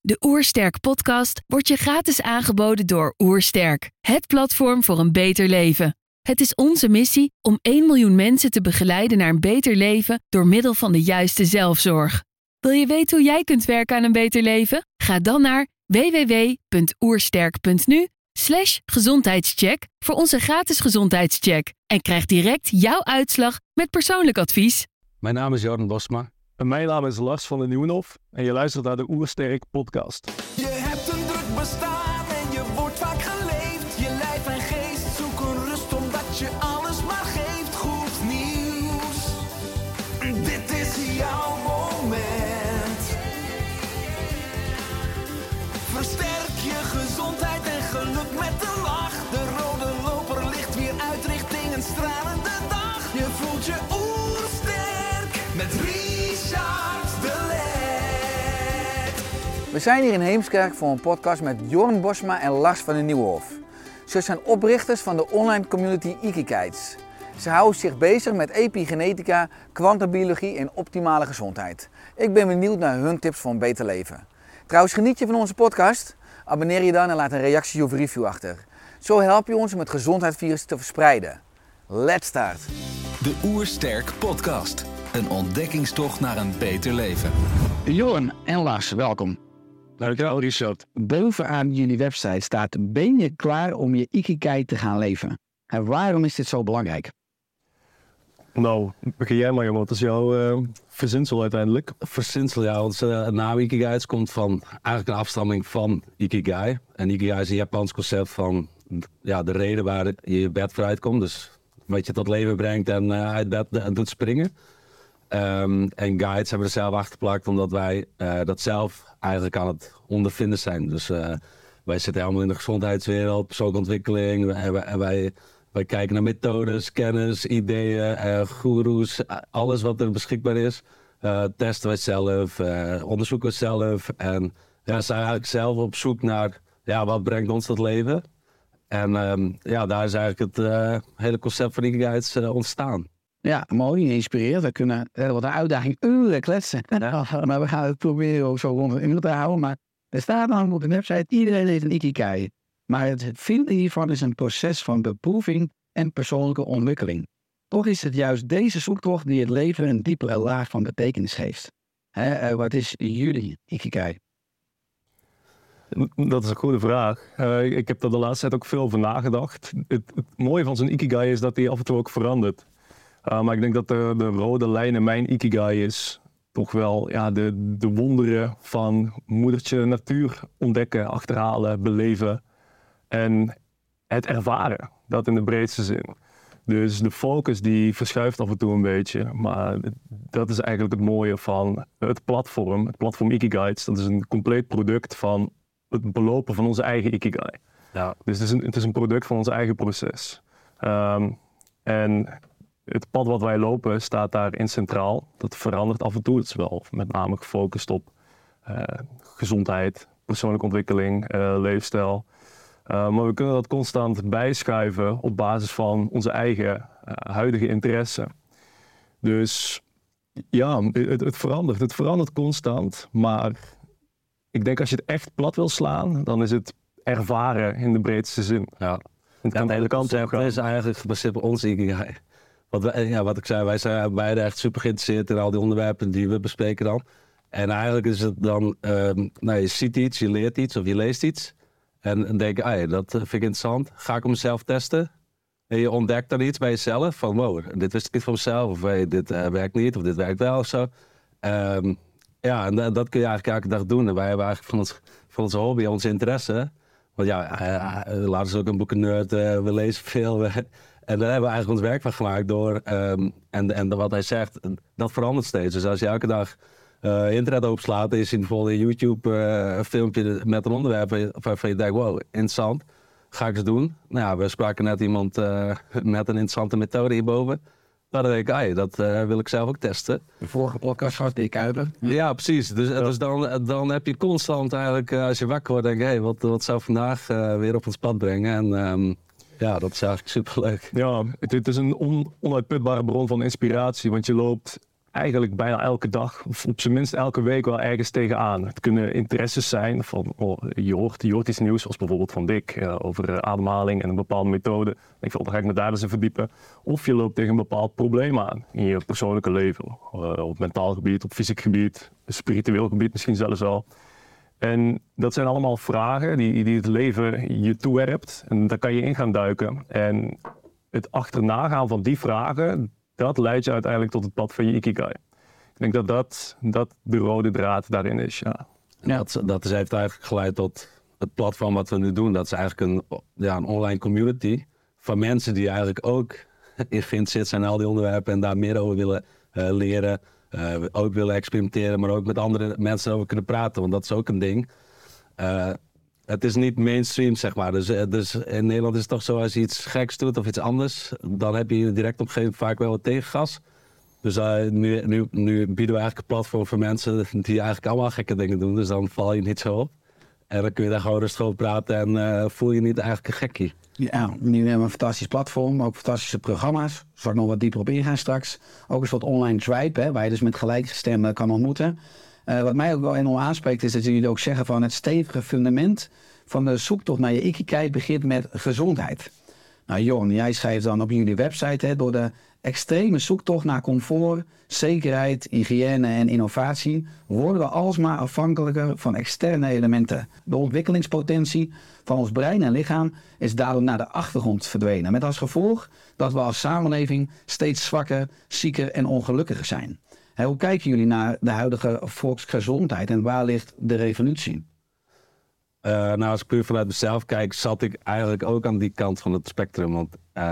De Oersterk podcast wordt je gratis aangeboden door Oersterk, het platform voor een beter leven. Het is onze missie om 1 miljoen mensen te begeleiden naar een beter leven door middel van de juiste zelfzorg. Wil je weten hoe jij kunt werken aan een beter leven? Ga dan naar www.oersterk.nu/gezondheidscheck voor onze gratis gezondheidscheck en krijg direct jouw uitslag met persoonlijk advies. Mijn naam is Jordan Bosma. En mijn naam is Lars van den Nieuwenhof en je luistert naar de Oersterk podcast. Je hebt een druk bestaan en je wordt vaak geleefd. Je lijf en geest zoeken rust omdat je alles maar geeft. Goed nieuws, dit is jouw moment. Versterk je gezondheid en geluk met de lach. De rode loper ligt weer uit richting een stralende dag. Je voelt je oersterk met Richard de Laat. We zijn hier in Heemskerk voor een podcast met Jordan Bosma en Lars van den Nieuwenhof. Ze zijn oprichters van de online community Ikikites. Ze houden zich bezig met epigenetica, kwantumbiologie en optimale gezondheid. Ik ben benieuwd naar hun tips voor een beter leven. Trouwens, geniet je van onze podcast? Abonneer je dan en laat een reactie of review achter. Zo help je ons om het gezondheidsvirus te verspreiden. Let's start! De Oersterk podcast. Een ontdekkingstocht naar een beter leven. Jordan en Lars, welkom. Dankjewel Richard. Bovenaan jullie website staat: ben je klaar om je Ikigai te gaan leven? En waarom is dit zo belangrijk? Nou, begin jij maar jongen, wat is jouw verzinsel uiteindelijk? Verzinsel, ja, onze naam Ikigai komt van eigenlijk een afstamming van Ikigai. En Ikigai is een Japans concept van ja, de reden waar je bed vooruit komt. Dus wat je tot leven brengt en uit bed doet springen. En guides hebben we er zelf achtergeplakt omdat wij dat zelf eigenlijk aan het ondervinden zijn. Dus wij zitten helemaal in de gezondheidswereld, persoonlijke ontwikkeling. En wij kijken naar methodes, kennis, ideeën, goeroes, alles wat er beschikbaar is. Testen wij zelf, onderzoeken we zelf. En ja, zijn eigenlijk zelf op zoek naar ja, wat brengt ons tot leven. En ja, daar is eigenlijk het hele concept van Ikigai ontstaan. Ja, mooi, geïnspireerd. We kunnen wat een uitdaging uren kletsen. Maar we gaan het proberen ook zo rond een uur te houden. Maar er staat dan op de website: iedereen heeft een Ikigai. Maar het vinden hiervan is een proces van beproeving en persoonlijke ontwikkeling. Toch is het juist deze zoektocht die het leven een diepere laag van betekenis geeft. Wat is jullie Ikigai? Dat is een goede vraag. Ik heb er de laatste tijd ook veel over nagedacht. Het mooie van zo'n Ikigai is dat hij af en toe ook verandert. Maar ik denk dat de rode lijn in mijn Ikigai is toch wel ja, de wonderen van moedertje natuur ontdekken, achterhalen, beleven. En het ervaren, dat in de breedste zin. Dus de focus die verschuift af en toe een beetje. Maar dat is eigenlijk het mooie van het platform Ikigites. Dat is een compleet product van het belopen van onze eigen Ikigai. Ja. Dus het is een product van ons eigen proces. En het pad wat wij lopen staat daarin centraal. Dat verandert af en toe. Het is wel met name gefocust op gezondheid, persoonlijke ontwikkeling, leefstijl. Maar we kunnen dat constant bijschuiven op basis van onze eigen huidige interesse. Dus ja, het verandert constant. Maar ik denk als je het echt plat wil slaan, dan is het ervaren in de breedste zin. Ja. Het kan de hele kant op gaan. Het is eigenlijk gebaseerd op ons Ikigai. Wat ik zei, wij zijn beide echt super geïnteresseerd in al die onderwerpen die we bespreken dan. En eigenlijk is het dan, je ziet iets, je leert iets of je leest iets. En denk je, dat vind ik interessant. Ga ik op mezelf testen? En je ontdekt dan iets bij jezelf. Van wow, dit wist ik niet van mezelf. Of dit werkt niet. Of dit werkt wel of zo. Ja, en dat kun je eigenlijk elke dag doen. En wij hebben eigenlijk van onze hobby, onze interesse. Want ja, laten we ook een boekennerd. We lezen veel. En daar hebben we eigenlijk ons werk van gemaakt door. En wat hij zegt, dat verandert steeds. Dus als je elke dag internet opslaat en je ziet bijvoorbeeld in YouTube een filmpje met een onderwerp waarvan je denkt, wow, interessant, ga ik eens doen. Nou ja, we spraken net iemand met een interessante methode hierboven. Nou, dan denk ik, dat wil ik zelf ook testen. De vorige podcast was Dick Kuiper. Ja, precies. Dus dan heb je constant eigenlijk, als je wakker wordt, denk je, wat zou vandaag weer op ons pad brengen? En ja, dat is eigenlijk superleuk. Ja, het is een onuitputbare bron van inspiratie, want je loopt eigenlijk bijna elke dag, of op zijn minst elke week wel ergens tegenaan. Het kunnen interesses zijn van, je hoort iets nieuws, zoals bijvoorbeeld van Dick, over ademhaling en een bepaalde methode. Ik vind, dan ga ik me daar eens in verdiepen. Of je loopt tegen een bepaald probleem aan in je persoonlijke leven. Op mentaal gebied, op fysiek gebied, spiritueel gebied misschien zelfs al. En dat zijn allemaal vragen die het leven je toewerpt. En daar kan je in gaan duiken. En het achterna gaan van die vragen, dat leidt je uiteindelijk tot het pad van je Ikigai. Ik denk dat de rode draad daarin is, ja. Dat heeft eigenlijk geleid tot het platform wat we nu doen. Dat is eigenlijk een online community van mensen die eigenlijk ook in geïnteresseerd zijn in al die onderwerpen en daar meer over willen leren. Ook willen experimenteren, maar ook met andere mensen over kunnen praten, want dat is ook een ding. Het is niet mainstream, zeg maar. Dus in Nederland is het toch zo, als je iets geks doet of iets anders, dan heb je direct op een gegeven moment vaak wel wat tegengas. Dus nu bieden we eigenlijk een platform voor mensen die eigenlijk allemaal gekke dingen doen. Dus dan val je niet zo op. En dan kun je daar gewoon rustig over praten en voel je niet eigenlijk een gekkie. Ja, nu hebben we een fantastisch platform, ook fantastische programma's. Daar zal ik nog wat dieper op ingaan straks. Ook een soort online tribe, hè, waar je dus met gelijkgestemden kan ontmoeten. Wat mij ook wel enorm aanspreekt is dat jullie ook zeggen van het stevige fundament van de zoektocht naar je Ikigai begint met gezondheid. Nou Jorn, jij schrijft dan op jullie website, hè, door de extreme zoektocht naar comfort, zekerheid, hygiëne en innovatie worden we alsmaar afhankelijker van externe elementen. De ontwikkelingspotentie van ons brein en lichaam is daardoor naar de achtergrond verdwenen. Met als gevolg dat we als samenleving steeds zwakker, zieker en ongelukkiger zijn. Hoe kijken jullie naar de huidige volksgezondheid en waar ligt de revolutie? Als ik puur vanuit mezelf kijk, zat ik eigenlijk ook aan die kant van het spectrum. Want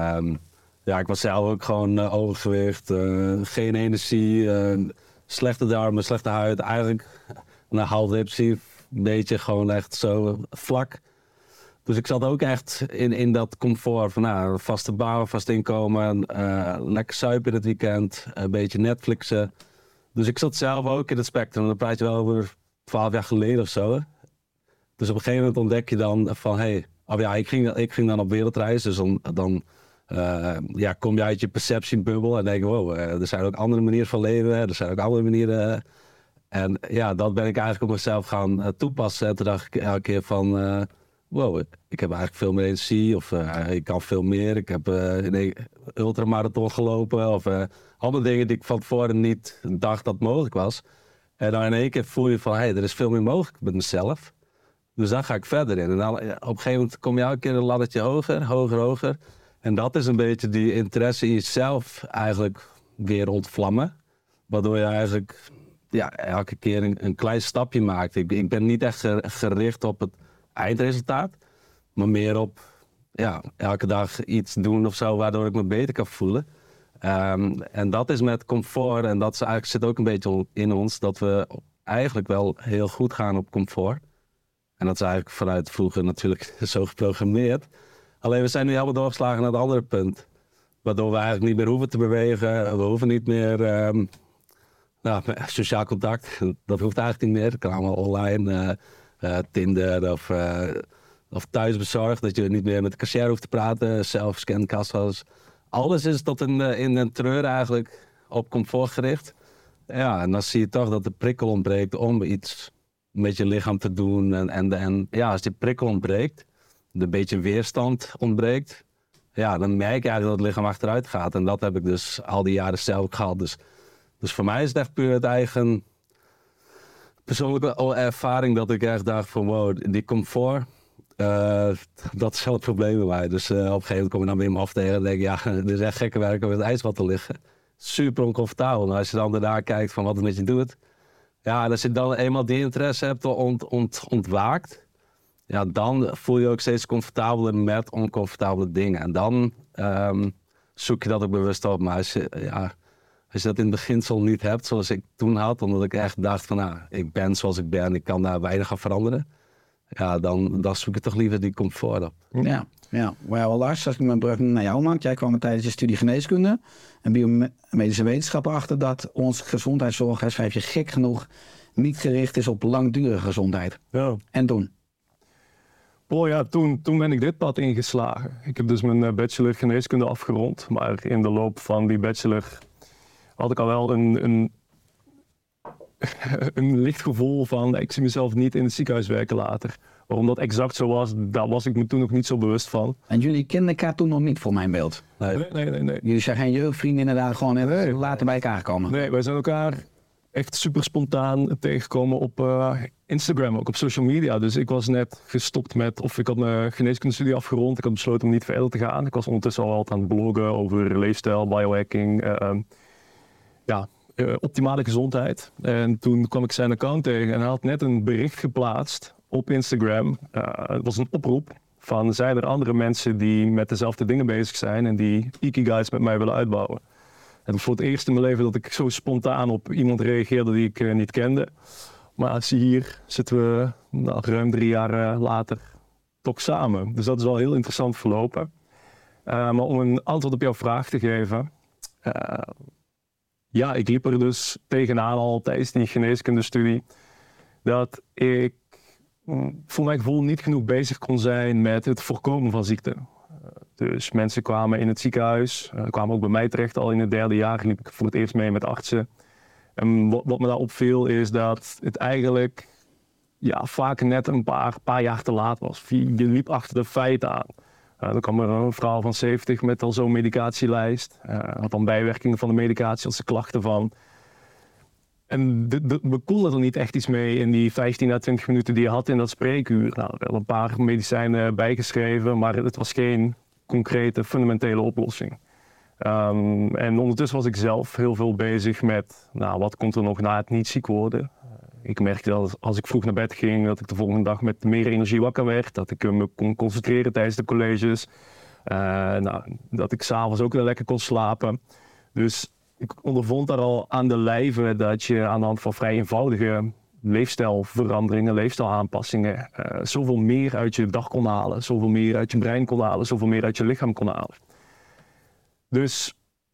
ik was zelf ook gewoon overgewicht, geen energie, slechte darmen, slechte huid. Eigenlijk half depressief, een beetje gewoon echt zo vlak. Dus ik zat ook echt in dat comfort van vaste baan, vast inkomen, lekker suipen in het weekend, een beetje Netflixen. Dus ik zat zelf ook in het spectrum. Dan praat je wel over 12 jaar geleden of zo. Hè? Dus op een gegeven moment ontdek je dan van, ik ging dan op wereldreis. Dus dan kom je uit je perceptiebubbel en denk je, wow, er zijn ook andere manieren van leven. Er zijn ook andere manieren. En dat ben ik eigenlijk op mezelf gaan toepassen. En toen dacht ik elke keer van, wow, ik heb eigenlijk veel meer energie. Of ik kan veel meer. Ik heb een ultramarathon gelopen. Of allemaal dingen die ik van tevoren niet dacht dat mogelijk was. En dan in één keer voel je van, er is veel meer mogelijk met mezelf. Dus daar ga ik verder in. En dan, op een gegeven moment kom je elke keer een laddertje hoger. En dat is een beetje die interesse in jezelf eigenlijk weer ontvlammen. Waardoor je eigenlijk elke keer een klein stapje maakt. Ik ben niet echt gericht op het eindresultaat. Maar meer op elke dag iets doen of zo waardoor ik me beter kan voelen. En dat is met comfort. En dat zit ook een beetje in ons. Dat we eigenlijk wel heel goed gaan op comfort. En dat is eigenlijk vanuit vroeger natuurlijk zo geprogrammeerd. Alleen we zijn nu helemaal doorgeslagen naar het andere punt. Waardoor we eigenlijk niet meer hoeven te bewegen. We hoeven niet meer sociaal contact. Dat hoeft eigenlijk niet meer. Dat kan allemaal online. Tinder of thuisbezorgd. Dat je niet meer met de cashier hoeft te praten. Zelfscan kassa's. Alles is tot in een treur eigenlijk op comfort gericht. Ja, en dan zie je toch dat de prikkel ontbreekt om iets met je lichaam te doen. En als die prikkel ontbreekt, een beetje weerstand ontbreekt, dan merk je eigenlijk dat het lichaam achteruit gaat. En dat heb ik dus al die jaren zelf gehad. Dus voor mij is het echt puur het eigen persoonlijke ervaring dat ik echt dacht van wow, die comfort, dat is wel het probleem bij mij. Dus op een gegeven moment kom je dan weer me af tegen en denk ik, dit is echt gekke werk om in het ijsbad te liggen. Super oncomfortabel. Maar als je dan daarna kijkt van wat het met je doet, als je dan eenmaal die interesse hebt ontwaakt, dan voel je ook steeds comfortabeler met oncomfortabele dingen. En dan zoek je dat ook bewust op. Maar als je dat in het beginsel niet hebt, zoals ik toen had, omdat ik echt dacht van, ik ben zoals ik ben, ik kan daar weinig aan veranderen. Dan zoek je toch liever die comfort op. Ja. Well, Lars, als ik mijn brug naar jou maak, jij kwam tijdens je studie geneeskunde en biomedische wetenschappen achter dat onze gezondheidszorg, schrijf je gek genoeg, niet gericht is op langdurige gezondheid. Ja. En toen? Toen ben ik dit pad ingeslagen. Ik heb dus mijn bachelor geneeskunde afgerond, maar in de loop van die bachelor had ik al wel een licht gevoel van, ik zie mezelf niet in het ziekenhuis werken later. Waarom dat exact zo was, daar was ik me toen nog niet zo bewust van. En jullie kenden elkaar toen nog niet, voor mijn beeld? Nee. Jullie zijn geen jeugdvrienden inderdaad, gewoon later bij elkaar gekomen? Nee, wij zijn elkaar echt super spontaan tegengekomen op Instagram, ook op social media. Dus ik was net gestopt ik had mijn geneeskundestudie afgerond. Ik had besloten om niet verder te gaan. Ik was ondertussen al aan het bloggen over leefstijl, biohacking, optimale gezondheid. En toen kwam ik zijn account tegen en hij had net een bericht geplaatst op Instagram. Het was een oproep van, zijn er andere mensen die met dezelfde dingen bezig zijn en die Ikigais met mij willen uitbouwen. Het was voor het eerst in mijn leven dat ik zo spontaan op iemand reageerde die ik niet kende. Maar zie hier, zitten we ruim 3 jaar later toch samen. Dus dat is wel heel interessant verlopen. Maar om een antwoord op jouw vraag te geven. Ik liep er dus tegenaan al tijdens die geneeskundestudie. Dat ik voor mijn gevoel niet genoeg bezig kon zijn met het voorkomen van ziekte. Dus mensen kwamen in het ziekenhuis, kwamen ook bij mij terecht. Al in het 3e jaar liep ik voor het eerst mee met artsen. En wat me daar opviel is dat het eigenlijk vaak net een paar jaar te laat was. Je liep achter de feiten aan. Dan kwam er een vrouw van 70 met al zo'n medicatielijst. Had dan bijwerkingen van de medicatie, had ze klachten van. En we konden er niet echt iets mee in die 15 à 20 minuten die je had in dat spreekuur. Nou, er werden een paar medicijnen bijgeschreven, maar het was geen concrete, fundamentele oplossing. En ondertussen was ik zelf heel veel bezig met, wat komt er nog na het niet ziek worden? Ik merkte dat als ik vroeg naar bed ging, dat ik de volgende dag met meer energie wakker werd. Dat ik me kon concentreren tijdens de colleges. Dat ik 's avonds ook weer lekker kon slapen. Dus ik ondervond daar al aan de lijve dat je aan de hand van vrij eenvoudige leefstijlveranderingen, leefstijlaanpassingen, zoveel meer uit je dag kon halen. Zoveel meer uit je brein kon halen, zoveel meer uit je lichaam kon halen. Dus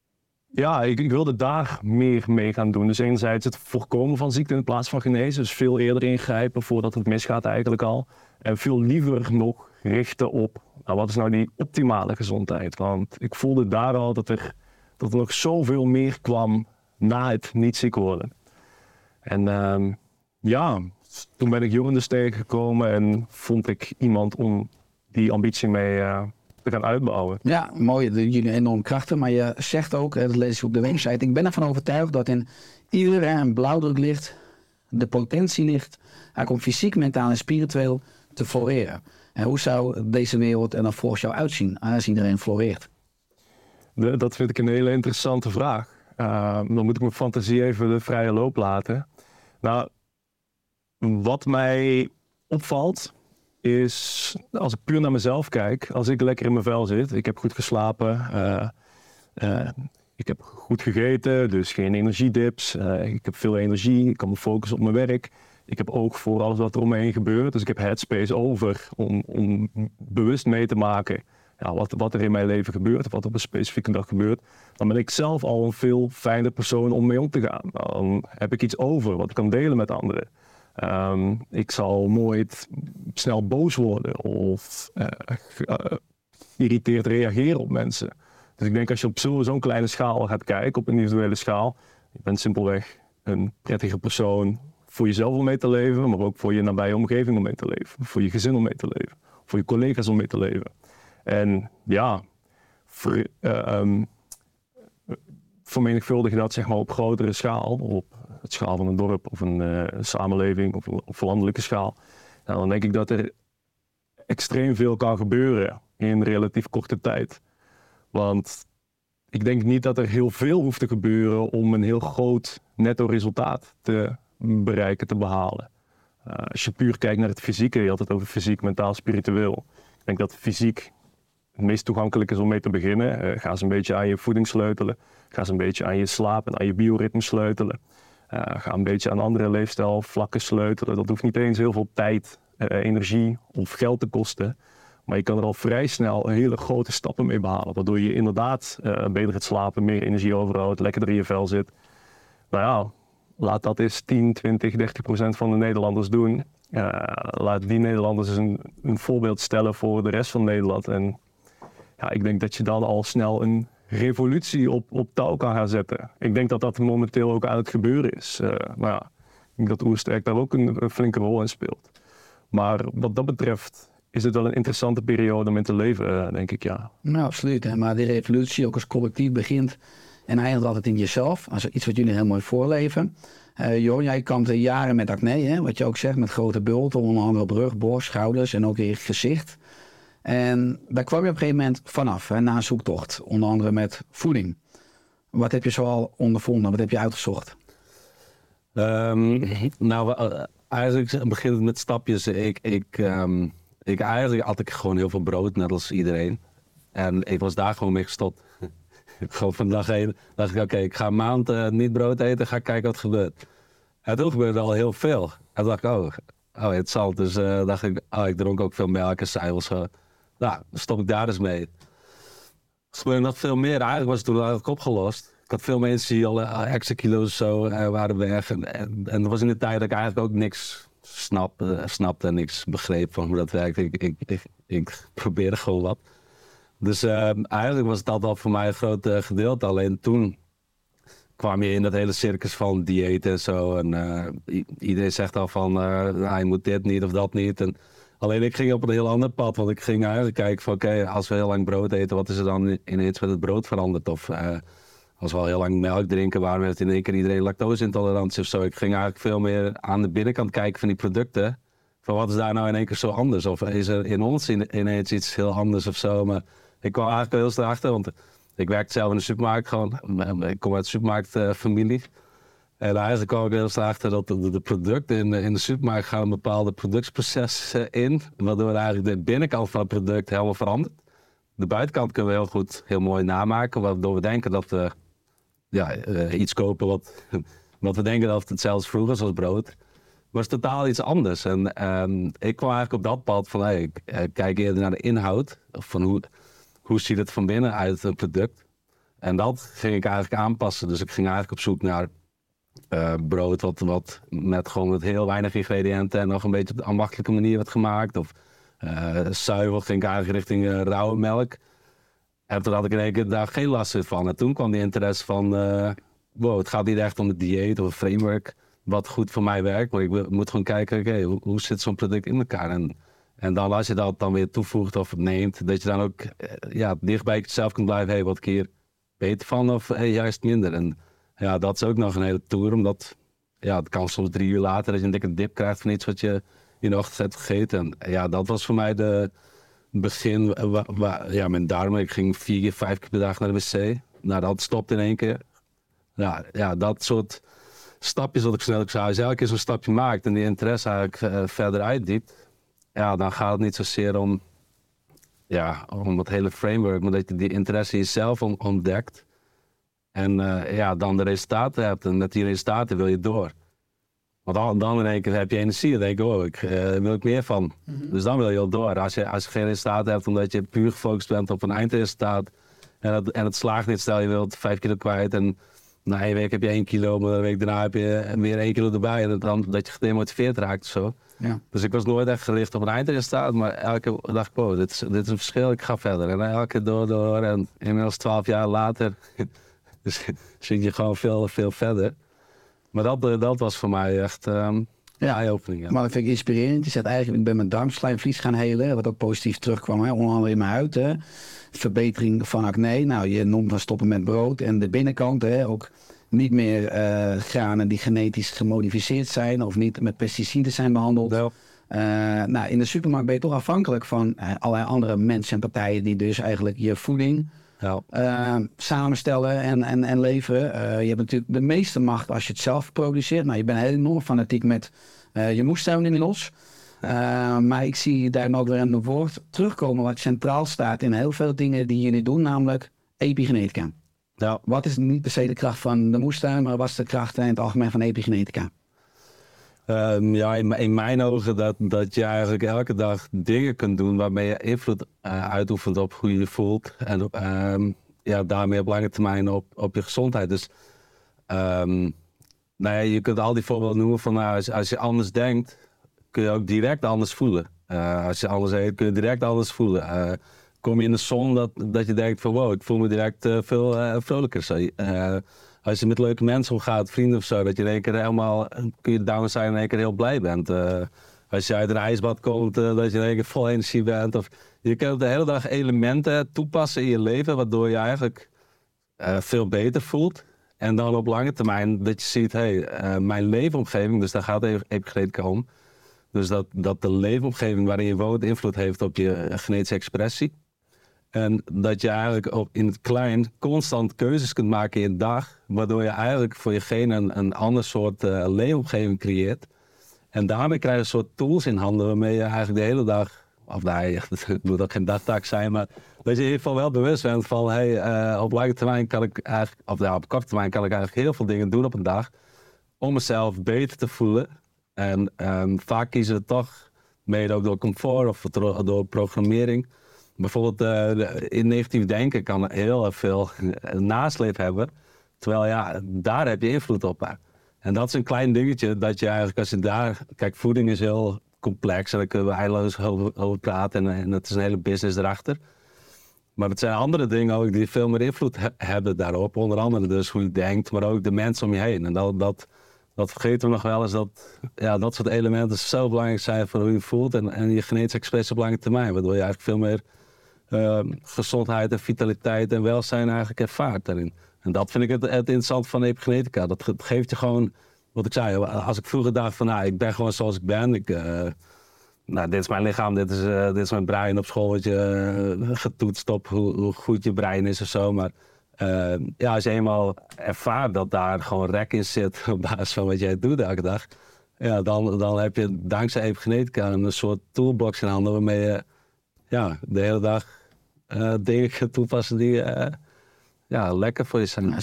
ik wilde daar meer mee gaan doen. Dus enerzijds het voorkomen van ziekte in plaats van genezen. Dus veel eerder ingrijpen voordat het misgaat eigenlijk al. En veel liever nog richten op, wat is nou die optimale gezondheid? Want ik voelde daar al dat er nog zoveel meer kwam na het niet ziek worden. En toen ben ik Joris tegengekomen en vond ik iemand om die ambitie mee te gaan uitbouwen. Ja, mooi, jullie enorm krachtig, maar je zegt ook, dat lees je op de website, ik ben ervan overtuigd dat in iedereen een blauwdruk ligt, de potentie ligt, om fysiek, mentaal en spiritueel te floreren. En hoe zou deze wereld er dan volgens jou uitzien als iedereen floreert? Dat vind ik een hele interessante vraag. Dan moet ik mijn fantasie even de vrije loop laten. Nou, wat mij opvalt is, als ik puur naar mezelf kijk, als ik lekker in mijn vel zit, ik heb goed geslapen, ik heb goed gegeten, dus geen energiedips, ik heb veel energie, ik kan me focussen op mijn werk. Ik heb oog voor alles wat er om me heen gebeurt, dus ik heb headspace over om bewust mee te maken wat er in mijn leven gebeurt, wat er op een specifieke dag gebeurt. Dan ben ik zelf al een veel fijner persoon om mee om te gaan. Dan heb ik iets over wat ik kan delen met anderen. Ik zal nooit snel boos worden of geïrriteerd reageren op mensen. Dus ik denk als je op zo'n kleine schaal gaat kijken, op een individuele schaal, je bent simpelweg een prettige persoon voor jezelf om mee te leven, maar ook voor je nabije omgeving om mee te leven, voor je gezin om mee te leven, voor je collega's om mee te leven. En vermenigvuldig je dat zeg maar op grotere schaal, op het schaal van een dorp of een samenleving of op landelijke schaal. Nou, dan denk ik dat er extreem veel kan gebeuren in relatief korte tijd. Want ik denk niet dat er heel veel hoeft te gebeuren om een heel groot netto resultaat te bereiken, te behalen. Als je puur kijkt naar het fysieke, je had het over fysiek, mentaal, spiritueel. Ik denk dat fysiek het meest toegankelijk is om mee te beginnen. Ga eens een beetje aan je voeding sleutelen. Ga eens een beetje aan je slaap en aan je bioritme sleutelen. Ga een beetje aan andere leefstijlvlakken sleutelen. Dat hoeft niet eens heel veel tijd, energie of geld te kosten. Maar je kan er al vrij snel hele grote stappen mee behalen. Waardoor je inderdaad beter gaat slapen, meer energie overhoudt, lekkerder in je vel zit. Nou ja, laat dat eens 10, 20, 30% van de Nederlanders doen. Laat die Nederlanders eens een voorbeeld stellen voor de rest van Nederland. En ik denk dat je dan al snel een revolutie op touw kan gaan zetten. Ik denk dat dat momenteel ook aan het gebeuren is. Maar ja, ik denk dat Oersterk daar ook een flinke rol in speelt. Maar wat dat betreft is het wel een interessante periode om in te leven, denk ik, ja. Nou, absoluut. Hè? Maar die revolutie ook als collectief begint en eindigt altijd in jezelf. Als iets wat jullie heel mooi voorleven. Jorn, jij kampt jaren met acne, hè? Wat je ook zegt, met grote bulten, onder andere op rug, borst, schouders en ook in je gezicht. En daar kwam je op een gegeven moment vanaf, hè, na een zoektocht. Onder andere met voeding. Wat heb je zoal ondervonden? Wat heb je uitgezocht? Eigenlijk begint het met stapjes. Eigenlijk had ik gewoon heel veel brood, net als iedereen. En ik was daar gewoon mee gestopt. Gewoon van dag 1 dacht ik, oké, ik ga een maand niet brood eten, ga kijken wat gebeurt. En toen gebeurde al heel veel. En toen dacht ik, oh interessant. Dus dacht ik, ik dronk ook veel melk en suiker. Zo. Nou, dan stop ik daar dus mee. Er gebeurde nog veel meer. Eigenlijk was het toen eigenlijk opgelost. Ik had veel mensen die al extra kilo's zo waren weg. En dat was in de tijd dat ik eigenlijk ook niks snapte en niks begreep van hoe dat werkt. Ik probeerde gewoon wat. Dus eigenlijk was het altijd voor mij een groot gedeelte. Alleen toen kwam je in dat hele circus van dieet en zo. En iedereen zegt al van, je moet dit niet of dat niet. En alleen ik ging op een heel ander pad. Want ik ging eigenlijk kijken van, oké, als we heel lang brood eten, wat is er dan ineens met het brood veranderd? Of als we al heel lang melk drinken, waarom heeft in één keer iedereen lactose-intolerantie of zo? Ik ging eigenlijk veel meer aan de binnenkant kijken van die producten. Van wat is daar nou in één keer zo anders? Of is er in ons ineens iets heel anders of zo? Maar ik kwam eigenlijk heel snel achter, want ik werkte zelf in de supermarkt gewoon. Ik kom uit de supermarktfamilie. En eigenlijk kwam ik heel snel achter dat de producten in de supermarkt gaan een bepaalde productieproces in. Waardoor eigenlijk de binnenkant van het product helemaal verandert. De buitenkant kunnen we heel goed, heel mooi namaken. Waardoor we denken dat we iets kopen wat we denken dat het hetzelfde is vroeger, zoals brood. Maar het is totaal iets anders. En ik kwam eigenlijk op dat pad van, ik kijk eerder naar de inhoud. Of van hoe ziet het van binnen uit een product. En dat ging ik eigenlijk aanpassen. Dus ik ging eigenlijk op zoek naar brood wat met heel weinig ingrediënten en nog een beetje op de ambachtelijke manier werd gemaakt. Of zuivel ging ik eigenlijk richting rauwe melk. En toen had ik in één keer daar geen last meer van. En toen kwam die interesse van, het gaat niet echt om het dieet of een framework wat goed voor mij werkt. Maar ik moet gewoon kijken, hoe zit zo'n product in elkaar? En dan als je dat dan weer toevoegt of neemt, dat je dan ook dicht bij jezelf kunt blijven. Wat ik hier beter van of juist minder. En ja, dat is ook nog een hele tour. Omdat het kan soms 3 uur later dat je een dikke dip krijgt van iets wat je in de ochtend hebt gegeten. En ja, dat was voor mij de begin. Mijn darmen, ik ging 4-5 keer per dag naar de wc. Nou, dat stopt in één keer. Ja, dat soort stapjes wat ik snel zei. Als je elke keer zo'n stapje maakt en die interesse eigenlijk verder uitdiept. Ja, dan gaat het niet zozeer om het hele framework, maar dat je die interesse in jezelf ontdekt. En dan de resultaten hebt. En met die resultaten wil je door. Want dan in één keer heb je energie. Dan denk je, wil ik meer van. Mm-hmm. Dus dan wil je al door. Als je geen resultaten hebt, omdat je puur gefocust bent op een eindresultaat. En het slaagt niet. Stel je wilt 5 kilo kwijt. En na 1 week heb je 1 kilo. Maar de week daarna heb je weer 1 kilo erbij. En dan dat je gedemotiveerd raakt of zo. Ja. Dus ik was nooit echt gericht op een eindresultaat. Maar elke keer dacht ik, dit is een verschil. Ik ga verder. En elke keer door. En inmiddels 12 jaar later dus zit je gewoon veel, veel verder. Maar dat was voor mij echt eye-opening. Ja. Maar dat vind ik inspirerend. Je zegt eigenlijk, ik ben mijn darmslijmvlies gaan helen. Wat ook positief terugkwam, onder andere in mijn huid. Hè. Verbetering van acne. Nou, je noemt dan stoppen met brood. En de binnenkant, ook niet meer granen die genetisch gemodificeerd zijn. Of niet met pesticiden zijn behandeld. Ja. In de supermarkt ben je toch afhankelijk van allerlei andere mensen en partijen. Die dus eigenlijk je voeding samenstellen en leveren. Je hebt natuurlijk de meeste macht als je het zelf produceert. Nou, je bent heel enorm fanatiek met je moestuin inmiddels. Maar ik zie daar ook weer een woord terugkomen wat centraal staat in heel veel dingen die jullie doen, namelijk epigenetica. Ja. Wat is niet per se de kracht van de moestuin, maar wat is de kracht in het algemeen van epigenetica? In mijn ogen dat je eigenlijk elke dag dingen kunt doen waarmee je invloed uitoefent op hoe je je voelt. En daarmee op lange termijn op je gezondheid. Dus je kunt al die voorbeelden noemen van als je anders denkt, kun je ook direct anders voelen. Als je anders eet, kun je direct anders voelen. kom je in de zon dat je denkt van wow, ik voel me direct veel vrolijker. Als je met leuke mensen omgaat, vrienden of zo, dat je in één keer helemaal, kun je down zijn en in één keer heel blij bent. Als je uit een ijsbad komt, dat je in één keer vol energie bent. Of, je kunt de hele dag elementen toepassen in je leven, waardoor je eigenlijk veel beter voelt. En dan op lange termijn dat je ziet, mijn leefomgeving, dus daar gaat epigenetica om. Dus dat de leefomgeving waarin je woont invloed heeft op je genetische expressie. En dat je eigenlijk in het klein constant keuzes kunt maken in je dag, waardoor je eigenlijk voor je genen een ander soort leefomgeving creëert. En daarmee krijg je een soort tools in handen waarmee je eigenlijk de hele dag, of nee, het moet ook geen dagtaak zijn, maar dat je in ieder geval wel bewust bent van op lange termijn kan ik eigenlijk, op korte termijn kan ik eigenlijk heel veel dingen doen op een dag om mezelf beter te voelen. En vaak kiezen we toch, mede ook door comfort of door programmering. Bijvoorbeeld in negatief denken kan heel veel nasleep hebben. Terwijl daar heb je invloed op. En dat is een klein dingetje dat je eigenlijk als je daar... Kijk, voeding is heel complex en daar kunnen we eindeloos over praten. En het is een hele business erachter. Maar het zijn andere dingen ook die veel meer invloed hebben daarop. Onder andere dus hoe je denkt, maar ook de mensen om je heen. En dat vergeten we nog wel eens, dat soort elementen zo belangrijk zijn voor hoe je voelt. En je genetische expressie op lange termijn. Waardoor je eigenlijk veel meer gezondheid en vitaliteit en welzijn eigenlijk ervaart daarin. En dat vind ik het interessant van epigenetica. Dat geeft je gewoon, wat ik zei, als ik vroeger dacht van ik ben gewoon zoals ik ben. Dit is mijn lichaam, dit is mijn brein. Op school word je getoetst op hoe goed je brein is of zo. Maar als je eenmaal ervaart dat daar gewoon rek in zit op basis van wat jij doet elke dag. Ja, dan heb je dankzij epigenetica een soort toolbox in handen waarmee je de hele dag dingen gaat toepassen die lekker voor je zijn.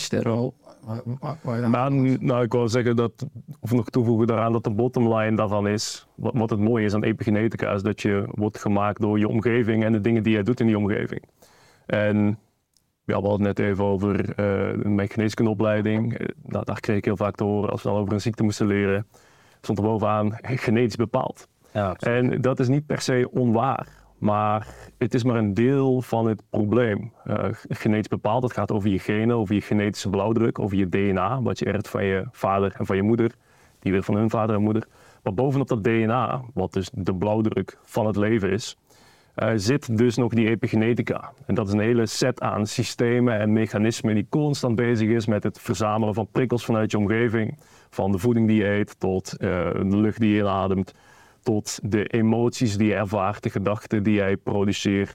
Maar ik wou zeggen of nog toevoegen daaraan dat de bottom line daarvan is, wat het mooie is aan epigenetica, is dat je wordt gemaakt door je omgeving en de dingen die jij doet in die omgeving. En we hadden het net even over mijn geneeskundeopleiding. Daar kreeg ik heel vaak te horen als we dan over een ziekte moesten leren. Stond er bovenaan genetisch bepaald. Ja, en dat is niet per se onwaar. Maar het is maar een deel van het probleem. Genetisch bepaald, dat gaat over je genen, over je genetische blauwdruk, over je DNA, wat je erft van je vader en van je moeder, die weer van hun vader en moeder. Maar bovenop dat DNA, wat dus de blauwdruk van het leven is, zit dus nog die epigenetica. En dat is een hele set aan systemen en mechanismen die constant bezig is met het verzamelen van prikkels vanuit je omgeving, van de voeding die je eet tot de lucht die je inademt, tot de emoties die je ervaart, de gedachten die jij produceert.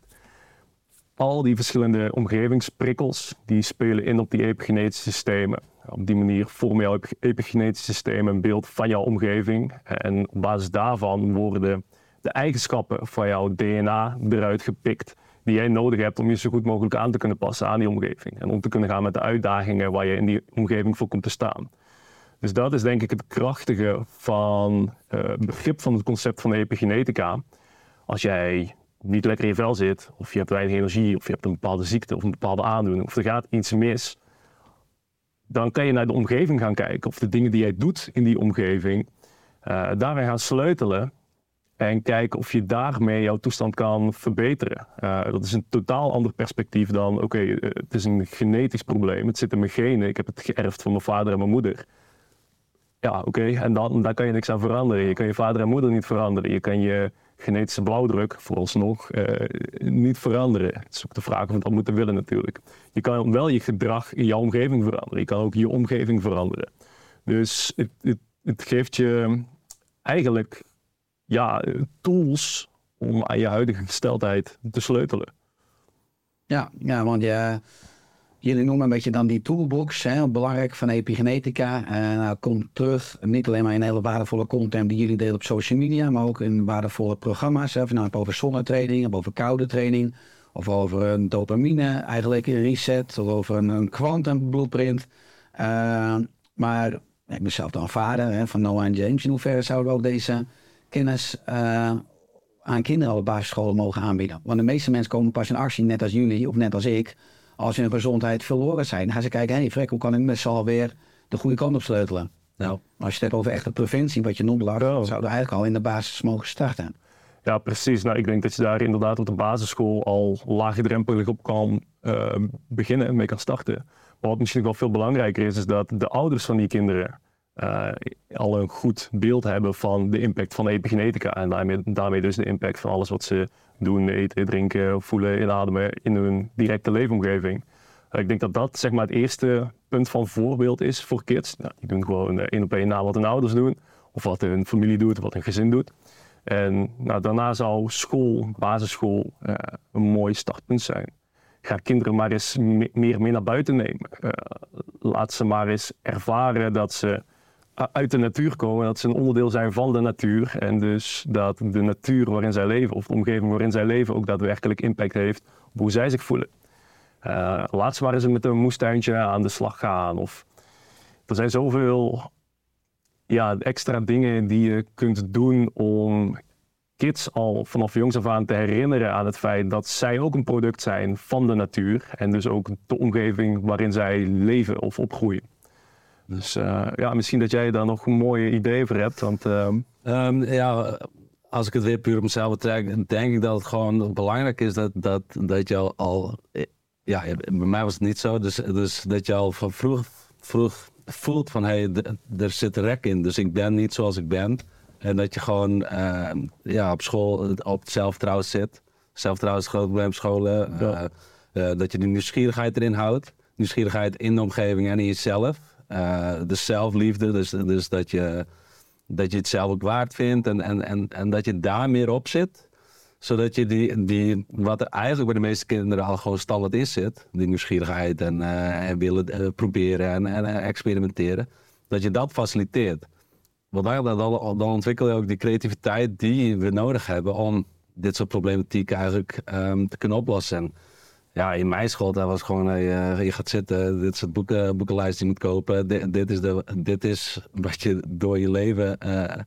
Al die verschillende omgevingsprikkels die spelen in op die epigenetische systemen. Op die manier vormen jouw epigenetische systemen een beeld van jouw omgeving. En op basis daarvan worden de eigenschappen van jouw DNA eruit gepikt die jij nodig hebt om je zo goed mogelijk aan te kunnen passen aan die omgeving. En om te kunnen gaan met de uitdagingen waar je in die omgeving voor komt te staan. Dus dat is denk ik het krachtige van het begrip van het concept van de epigenetica. Als jij niet lekker in je vel zit, of je hebt weinig energie, of je hebt een bepaalde ziekte of een bepaalde aandoening, of er gaat iets mis, dan kan je naar de omgeving gaan kijken, of de dingen die jij doet in die omgeving, daarin gaan sleutelen en kijken of je daarmee jouw toestand kan verbeteren. Dat is een totaal ander perspectief dan, het is een genetisch probleem, het zit in mijn genen, ik heb het geërfd van mijn vader en mijn moeder. Ja, en daar kan je niks aan veranderen. Je kan je vader en moeder niet veranderen. Je kan je genetische blauwdruk vooralsnog niet veranderen. Het is ook de vraag of we dat moeten willen natuurlijk. Je kan wel je gedrag in jouw omgeving veranderen. Je kan ook je omgeving veranderen. Dus het geeft je eigenlijk tools om aan je huidige gesteldheid te sleutelen. Ja, want jullie noemen een beetje dan die toolbox, belangrijk van epigenetica. Komt terug, niet alleen maar in hele waardevolle content die jullie delen op social media, maar ook in waardevolle programma's. Of nou over zonnetraining, of over koude training, of over een dopamine, eigenlijk een reset, of over een quantum blueprint. Maar ik ben zelf dan vader van Noah en James. In hoeverre zouden we ook deze kennis aan kinderen op basisscholen mogen aanbieden? Want de meeste mensen komen pas in actie, net als jullie, of net als ik, als ze hun gezondheid verloren zijn. Dan gaan ze kijken, frek, hoe kan ik met z'n alweer de goede kant op sleutelen? Nou, als je het hebt over echte preventie, wat je noemt, zouden we eigenlijk al in de basis mogen starten. Ja, precies. Nou, ik denk dat je daar inderdaad op de basisschool al laagdrempelig op kan beginnen en mee kan starten. Maar wat misschien wel veel belangrijker is dat de ouders van die kinderen al een goed beeld hebben van de impact van epigenetica. En daarmee dus de impact van alles wat ze doen, eten, drinken, voelen, inademen in hun directe leefomgeving. Ik denk dat dat zeg maar het eerste punt van voorbeeld is voor kids. Nou, die doen gewoon 1 op 1 na wat hun ouders doen, of wat hun familie doet, of wat hun gezin doet. En nou, daarna zou school, basisschool, een mooi startpunt zijn. Ga kinderen maar eens meer mee naar buiten nemen. Laat ze maar eens ervaren dat ze uit de natuur komen, dat ze een onderdeel zijn van de natuur. En dus dat de natuur waarin zij leven, of de omgeving waarin zij leven, ook daadwerkelijk impact heeft op hoe zij zich voelen. Laat ze maar eens met een moestuintje aan de slag gaan. Of, er zijn zoveel extra dingen die je kunt doen om kids al vanaf jongs af aan te herinneren aan het feit dat zij ook een product zijn van de natuur. En dus ook de omgeving waarin zij leven of opgroeien. Dus misschien dat jij daar nog een mooie idee voor hebt. Want, als ik het weer puur op mezelf betrek, denk ik dat het gewoon belangrijk is dat je al... Ja, bij mij was het niet zo. Dus dat je al van vroeg voelt van er zit een rek in. Dus ik ben niet zoals ik ben. En dat je gewoon op school op het zelfvertrouwen zit. Zelfvertrouwen is een groot probleem op scholen. Dat je de nieuwsgierigheid erin houdt. Nieuwsgierigheid in de omgeving en in jezelf. De zelfliefde, dus dat je het zelf ook waard vindt. En dat je daar meer op zit. Zodat je die wat er eigenlijk bij de meeste kinderen al gewoon standaard in zit. Die nieuwsgierigheid en willen proberen en experimenteren. Dat je dat faciliteert. Want dan ontwikkel je ook die creativiteit die we nodig hebben om dit soort problematiek eigenlijk te kunnen oplossen. En ja, in mijn school dat was gewoon, je gaat zitten, dit is het boekenlijst die je moet kopen. Dit is wat je door je leven,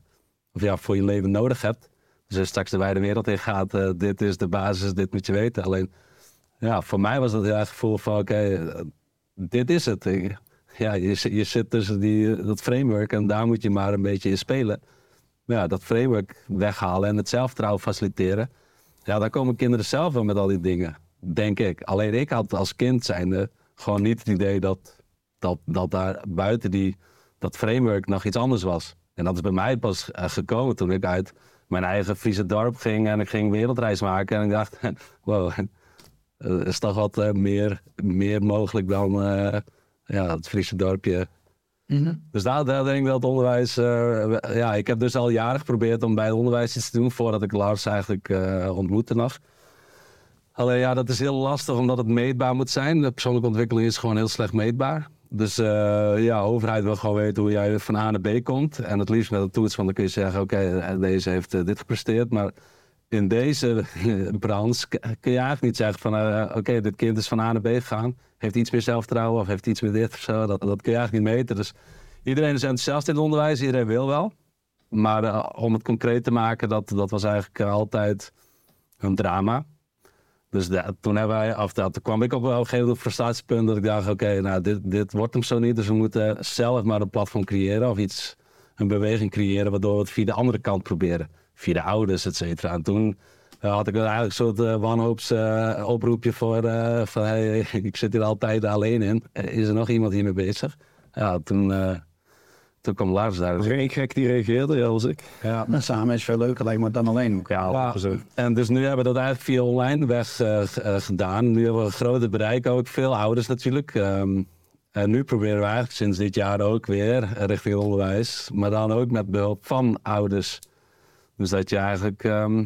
voor je leven nodig hebt. Dus als je straks de wijde wereld in gaat, dit is de basis, dit moet je weten. Alleen, voor mij was dat heel erg het gevoel van, dit is het. Je zit tussen dat framework en daar moet je maar een beetje in spelen. Ja, dat framework weghalen en het zelfvertrouwen faciliteren. Ja, daar komen kinderen zelf wel met al die dingen, denk ik. Alleen ik had als kind zijnde gewoon niet het idee dat daar buiten dat framework nog iets anders was. En dat is bij mij pas gekomen toen ik uit mijn eigen Friese dorp ging en ik ging wereldreis maken. En ik dacht, wow, er is toch wat meer mogelijk dan het Friese dorpje. Mm-hmm. Dus daar denk ik dat het onderwijs... ik heb dus al jaren geprobeerd om bij het onderwijs iets te doen voordat ik Lars eigenlijk ontmoette nog. Alleen dat is heel lastig omdat het meetbaar moet zijn. De persoonlijke ontwikkeling is gewoon heel slecht meetbaar. Dus de overheid wil gewoon weten hoe jij van A naar B komt. En het liefst met een toets, want dan kun je zeggen, deze heeft dit gepresteerd. Maar in deze branche kun je eigenlijk niet zeggen van, dit kind is van A naar B gegaan. Heeft iets meer zelfvertrouwen of heeft iets meer dit of zo. Dat kun je eigenlijk niet meten. Dus iedereen is enthousiast in het onderwijs, iedereen wil wel. Maar om het concreet te maken, dat was eigenlijk altijd een drama. Dus toen kwam ik op een gegeven moment frustratiepunt dat ik dacht, dit wordt hem zo niet. Dus we moeten zelf maar een platform creëren of een beweging creëren waardoor we het via de andere kant proberen. Via de ouders, et cetera. En toen had ik eigenlijk een soort wanhoops oproepje voor van ik zit hier altijd alleen in. Is er nog iemand hiermee bezig? Ja, toen kwam Lars daar. Was er één gek die reageerde? Ja, dat was ik. Ja. En samen is veel leuker, lijkt me dan alleen ook. Ja, en dus nu hebben we dat eigenlijk via online weg gedaan. Nu hebben we een groter bereik, ook veel ouders natuurlijk. En nu proberen we eigenlijk sinds dit jaar ook weer richting het onderwijs. Maar dan ook met behulp van ouders. Dus dat je eigenlijk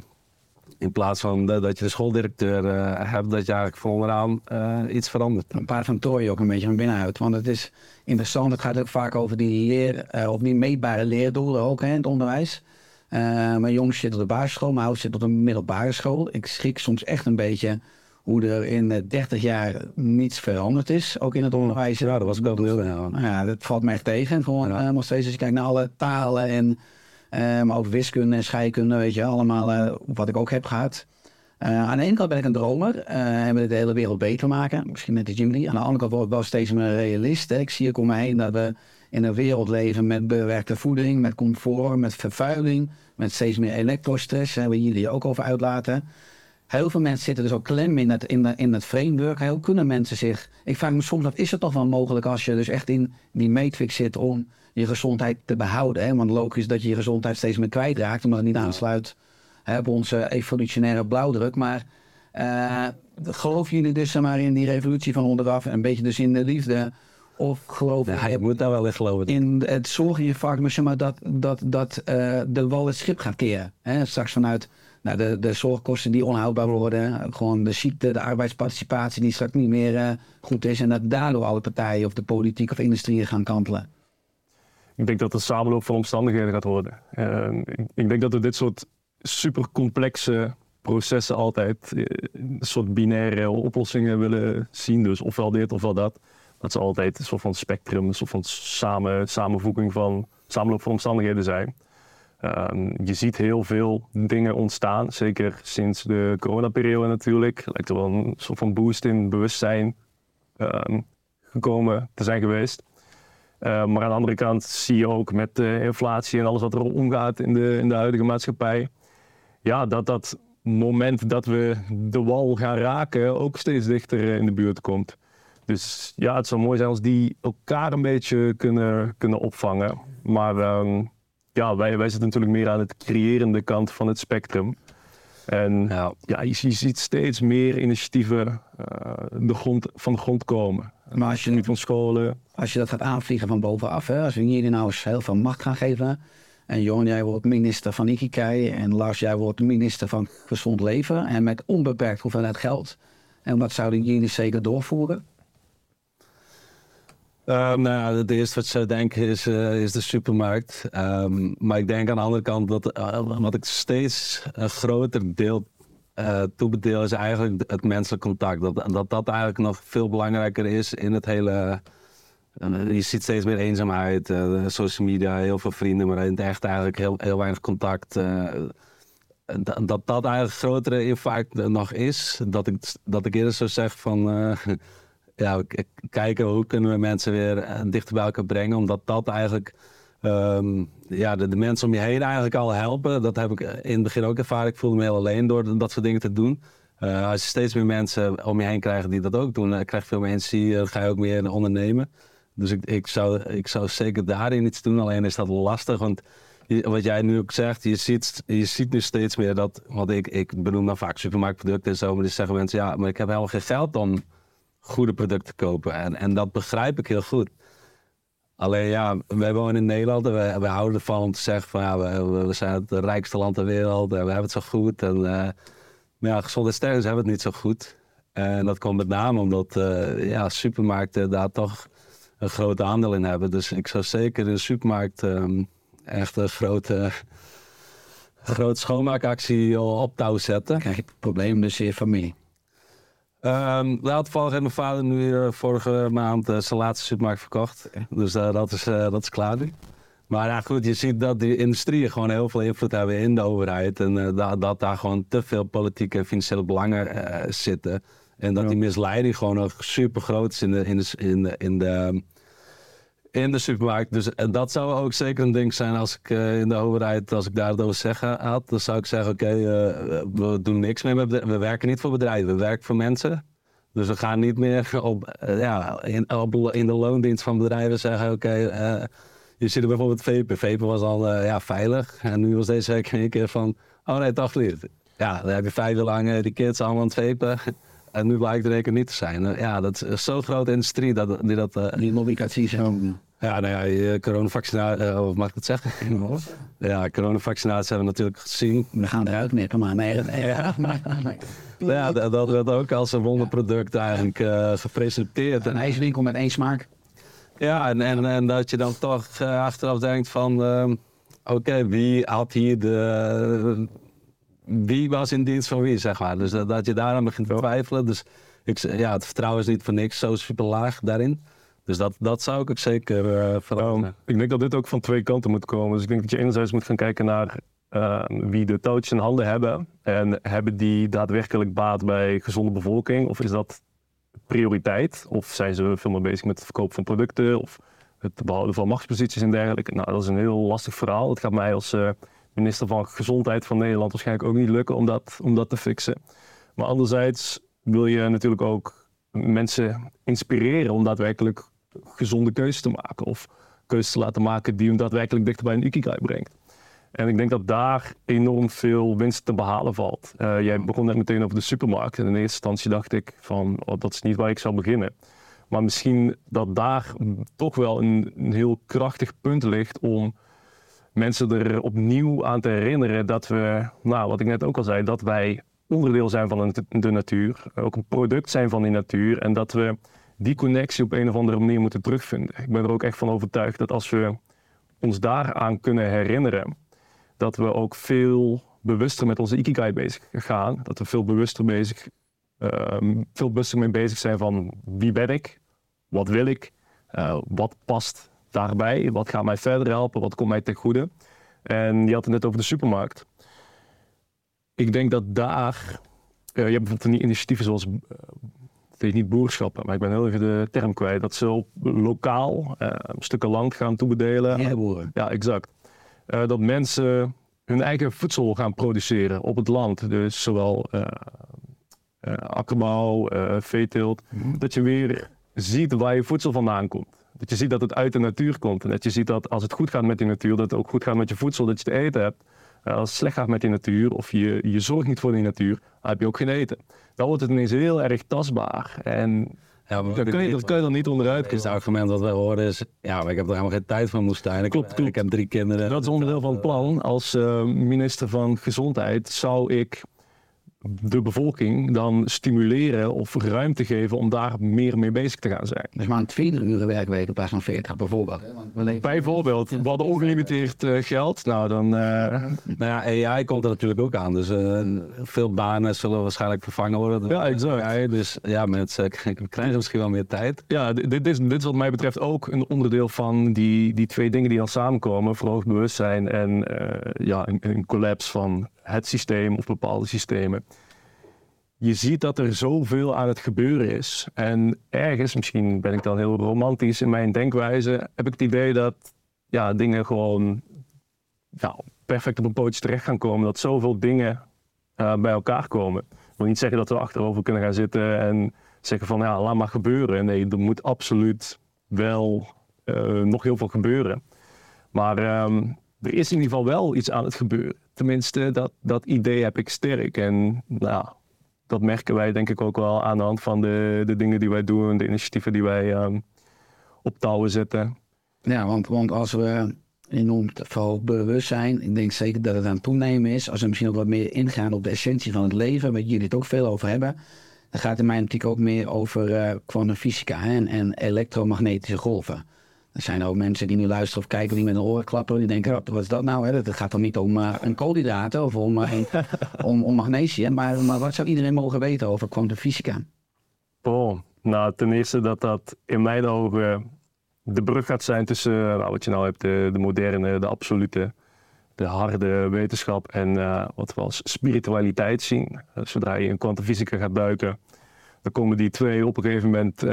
in plaats van dat je de schooldirecteur hebt, dat je eigenlijk van onderaan iets verandert. Een paar van Tooi ook een beetje van binnenuit. Want het is interessant, het gaat ook vaak over die meetbare leerdoelen ook in het onderwijs. Mijn jongens zitten op de basisschool, mijn ouders zitten op de middelbare school. Ik schrik soms echt een beetje hoe er in 30 jaar niets veranderd is, ook in het onderwijs. Ja, dat was ik wel benieuwd. Ja, dat valt mij echt tegen. Gewoon nog steeds als je kijkt naar alle talen en maar ook wiskunde en scheikunde, weet je, allemaal wat ik ook heb gehad. Aan de ene kant ben ik een dromer en wil ik de hele wereld beter maken. Misschien net de Jim Lee. Aan de andere kant word ik wel steeds meer een realist. Hè. Ik zie ook om me heen dat we in een wereld leven met bewerkte voeding, met comfort, met vervuiling, met steeds meer elektrostress, waar jullie je ook over uitlaten. Heel veel mensen zitten dus ook klem in het framework. Hoe kunnen mensen zich... Ik vraag me soms af, is het toch wel mogelijk als je dus echt in die matrix zit om je gezondheid te behouden? Hè? Want logisch dat je je gezondheid steeds meer kwijtraakt, omdat het niet aansluit op onze evolutionaire blauwdruk. Maar geloven jullie dus zeg maar, in die revolutie van onderaf en een beetje dus in de liefde? Of geloof je moet daar wel in geloven. In het zorgen je vaak zeg maar, dat de wal het schip gaat keren. Hè? Straks vanuit de zorgkosten die onhoudbaar worden. Gewoon de ziekte, de arbeidsparticipatie die straks niet meer goed is. En dat daardoor alle partijen of de politiek of industrieën gaan kantelen. Ik denk dat het een samenloop van omstandigheden gaat worden. Ik denk dat we dit soort super complexe processen altijd een soort binaire oplossingen willen zien. Dus ofwel dit ofwel dat. Dat ze altijd een soort van spectrum, een soort van samenvoeging van samenloop van omstandigheden zijn. Je ziet heel veel dingen ontstaan, zeker sinds de coronaperiode natuurlijk. Lijkt er wel een soort van boost in bewustzijn gekomen te zijn geweest. Maar aan de andere kant zie je ook met de inflatie en alles wat er omgaat in de huidige maatschappij. Ja, dat moment dat we de wal gaan raken ook steeds dichter in de buurt komt. Dus ja, het zou mooi zijn als die elkaar een beetje kunnen opvangen. Maar wij zitten natuurlijk meer aan het creërende kant van het spectrum. En je ziet steeds meer initiatieven van de grond komen. Maar als je niet van scholen. Als je dat gaat aanvliegen van bovenaf, hè, als we jullie nou eens heel veel macht gaan geven. En Jorn, jij wordt minister van Ikigai. En Lars, jij wordt minister van Gezond Leven. En met onbeperkt hoeveelheid geld. En wat zouden jullie zeker doorvoeren? Het eerste wat ik zou denken is de supermarkt. Maar ik denk aan de andere kant dat wat ik steeds een groter deel toebedeel is eigenlijk het menselijk contact. Dat eigenlijk nog veel belangrijker is in het hele... je ziet steeds meer eenzaamheid, social media, heel veel vrienden, maar in het echt eigenlijk heel weinig contact. Dat eigenlijk grotere impact nog is. Dat ik eerder zou zeggen van... kijken hoe kunnen we mensen weer dichter bij elkaar brengen. Omdat dat eigenlijk de mensen om je heen eigenlijk al helpen. Dat heb ik in het begin ook ervaren. Ik voelde me heel alleen door dat soort dingen te doen. Als je steeds meer mensen om je heen krijgt die dat ook doen, dan krijg je veel meer energie, dan ga je ook meer ondernemen. Dus ik zou zeker daarin iets doen. Alleen is dat lastig, want wat jij nu ook zegt, je ziet nu steeds meer dat, want ik benoem dan vaak supermarktproducten en zo, maar dan zeggen mensen, ja, maar ik heb helemaal geen geld om goede producten te kopen. En dat begrijp ik heel goed. Alleen ja, wij wonen in Nederland en we houden ervan om te zeggen van we zijn het rijkste land ter wereld en we hebben het zo goed. Maar ja, gezondheidsterkens hebben het niet zo goed. En dat komt met name omdat supermarkten daar toch een groot aandeel in hebben. Dus ik zou zeker in de supermarkt echt een grote schoonmaakactie op touw zetten. Krijg je het probleem dus in je familie? Toevallig heeft mijn vader nu vorige maand zijn laatste supermarkt verkocht. Dus dat is klaar nu. Maar ja, goed, je ziet dat die industrieën gewoon heel veel invloed hebben in de overheid. En dat daar gewoon te veel politieke en financiële belangen zitten. En dat die misleiding gewoon nog super groot is in de supermarkt. Dus dat zou ook zeker een ding zijn als ik in de overheid, als ik daar het over zeggen had. Dan zou ik zeggen, we doen niks meer. We werken niet voor bedrijven, we werken voor mensen. Dus we gaan niet meer in de loondienst van bedrijven zeggen, je ziet er bijvoorbeeld Vapen. Vapen was al veilig. En nu was deze week in één keer van, oh nee, toch niet. Ja, dan heb je 5 jaar lang die kids allemaal aan het vapen. En nu blijkt er in één keer niet te zijn. Dat is zo'n grote industrie die dat... Die lobbycatie zijn. Coronavaccinatie, of mag ik het zeggen? Ja, coronavaccinatie hebben we natuurlijk gezien. We gaan eruit knippen, maar nee. Ja, dat werd ook als een wonderproduct eigenlijk gepresenteerd. Een ijswinkel met 1 smaak. Ja, en dat je dan toch achteraf denkt van... wie had hier wie was in dienst van wie, zeg maar. Dus dat je daaraan begint te twijfelen. Dus het vertrouwen is niet voor niks zo super laag daarin. Dus dat zou ik ook zeker veranderen. Ik denk dat dit ook van 2 kanten moet komen. Dus ik denk dat je enerzijds moet gaan kijken naar wie de touwtjes in handen hebben. En hebben die daadwerkelijk baat bij gezonde bevolking? Of is dat prioriteit? Of zijn ze veel meer bezig met het verkopen van producten? Of het behouden van machtsposities en dergelijke? Nou, dat is een heel lastig verhaal. Het gaat mij als minister van Gezondheid van Nederland waarschijnlijk ook niet lukken om dat te fixen. Maar anderzijds wil je natuurlijk ook mensen inspireren om daadwerkelijk gezonde keuzes te maken. Of keuzes te laten maken die hem daadwerkelijk dichter bij een ikigai brengt. En ik denk dat daar enorm veel winst te behalen valt. Jij begon net meteen over de supermarkt. En in eerste instantie dacht ik van, dat is niet waar ik zou beginnen. Maar misschien dat daar toch wel een heel krachtig punt ligt om mensen er opnieuw aan te herinneren dat we, wat ik net ook al zei, dat wij onderdeel zijn van de natuur. Ook een product zijn van die natuur. En dat we die connectie op een of andere manier moeten terugvinden. Ik ben er ook echt van overtuigd dat als we ons daaraan kunnen herinneren, dat we ook veel bewuster met onze ikigai bezig gaan. Dat we veel bewuster mee bezig zijn van wie ben ik, wat wil ik, wat past daarbij, wat gaat mij verder helpen, wat komt mij ten goede. En je had het net over de supermarkt. Ik denk dat daar, je hebt bijvoorbeeld van die initiatieven zoals, het heet niet boerschappen, maar ik ben heel even de term kwijt, dat ze op lokaal stukken land gaan toebedelen. Ja, boeren. Ja, exact. Dat mensen hun eigen voedsel gaan produceren op het land. Dus zowel akkerbouw, veeteelt. Dat je weer ziet waar je voedsel vandaan komt. Dat je ziet dat het uit de natuur komt. En dat je ziet dat als het goed gaat met die natuur, dat het ook goed gaat met je voedsel, dat je te eten hebt. Als het slecht gaat met die natuur of je zorgt niet voor die natuur, dan heb je ook geen eten. Dan wordt het ineens heel erg tastbaar. En Ja, maar dat kun je er niet onderuit Het argument dat we horen is, maar ik heb er helemaal geen tijd voor Moestijn. Klopt. Ik heb 3 kinderen. Dat is onderdeel van het plan. Als minister van Gezondheid zou ik de bevolking dan stimuleren of ruimte geven om daar meer mee bezig te gaan zijn. Dus maar een 20 uur werkweek in plaats van 40 bijvoorbeeld. Hè? Want we leven... Bijvoorbeeld, we hadden ongelimiteerd geld. Nou, dan... AI komt er natuurlijk ook aan. Dus veel banen zullen waarschijnlijk vervangen worden. Ja, exact. Dus mensen krijgen misschien wel meer tijd. Ja, dit is wat mij betreft ook een onderdeel van die 2 dingen die dan samenkomen. Verhoogd bewustzijn en een collapse van het systeem of bepaalde systemen. Je ziet dat er zoveel aan het gebeuren is. En ergens, misschien ben ik dan heel romantisch in mijn denkwijze, heb ik het idee dat dingen gewoon perfect op een pootje terecht gaan komen. Dat zoveel dingen bij elkaar komen. Ik wil niet zeggen dat we achterover kunnen gaan zitten en zeggen van laat maar gebeuren. Nee, er moet absoluut wel nog heel veel gebeuren. Maar er is in ieder geval wel iets aan het gebeuren. Tenminste, dat idee heb ik sterk. En dat merken wij denk ik ook wel aan de hand van de dingen die wij doen, de initiatieven die wij op touwen zetten. Ja, want als we enorm verhoogd bewust zijn, ik denk zeker dat het aan het toenemen is, als we misschien ook wat meer ingaan op de essentie van het leven, waar jullie het ook veel over hebben, dan gaat het in mijn optiek ook meer over kwantumfysica en elektromagnetische golven. Er zijn ook mensen die nu luisteren of kijken die met een oor klappen. Die denken, wat is dat nou? Hè? Het gaat dan niet om een koolhydraten of om magnesium. Maar wat zou iedereen mogen weten over kwantumfysica? Ten eerste dat in mijn ogen de brug gaat zijn tussen wat je nou hebt, de moderne, de absolute, de harde wetenschap en wat we als spiritualiteit zien. Zodra je in kwantumfysica gaat duiken, dan komen die 2 op een gegeven moment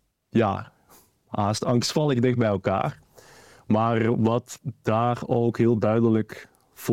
haast angstvallig dicht bij elkaar. Maar wat daar ook heel duidelijk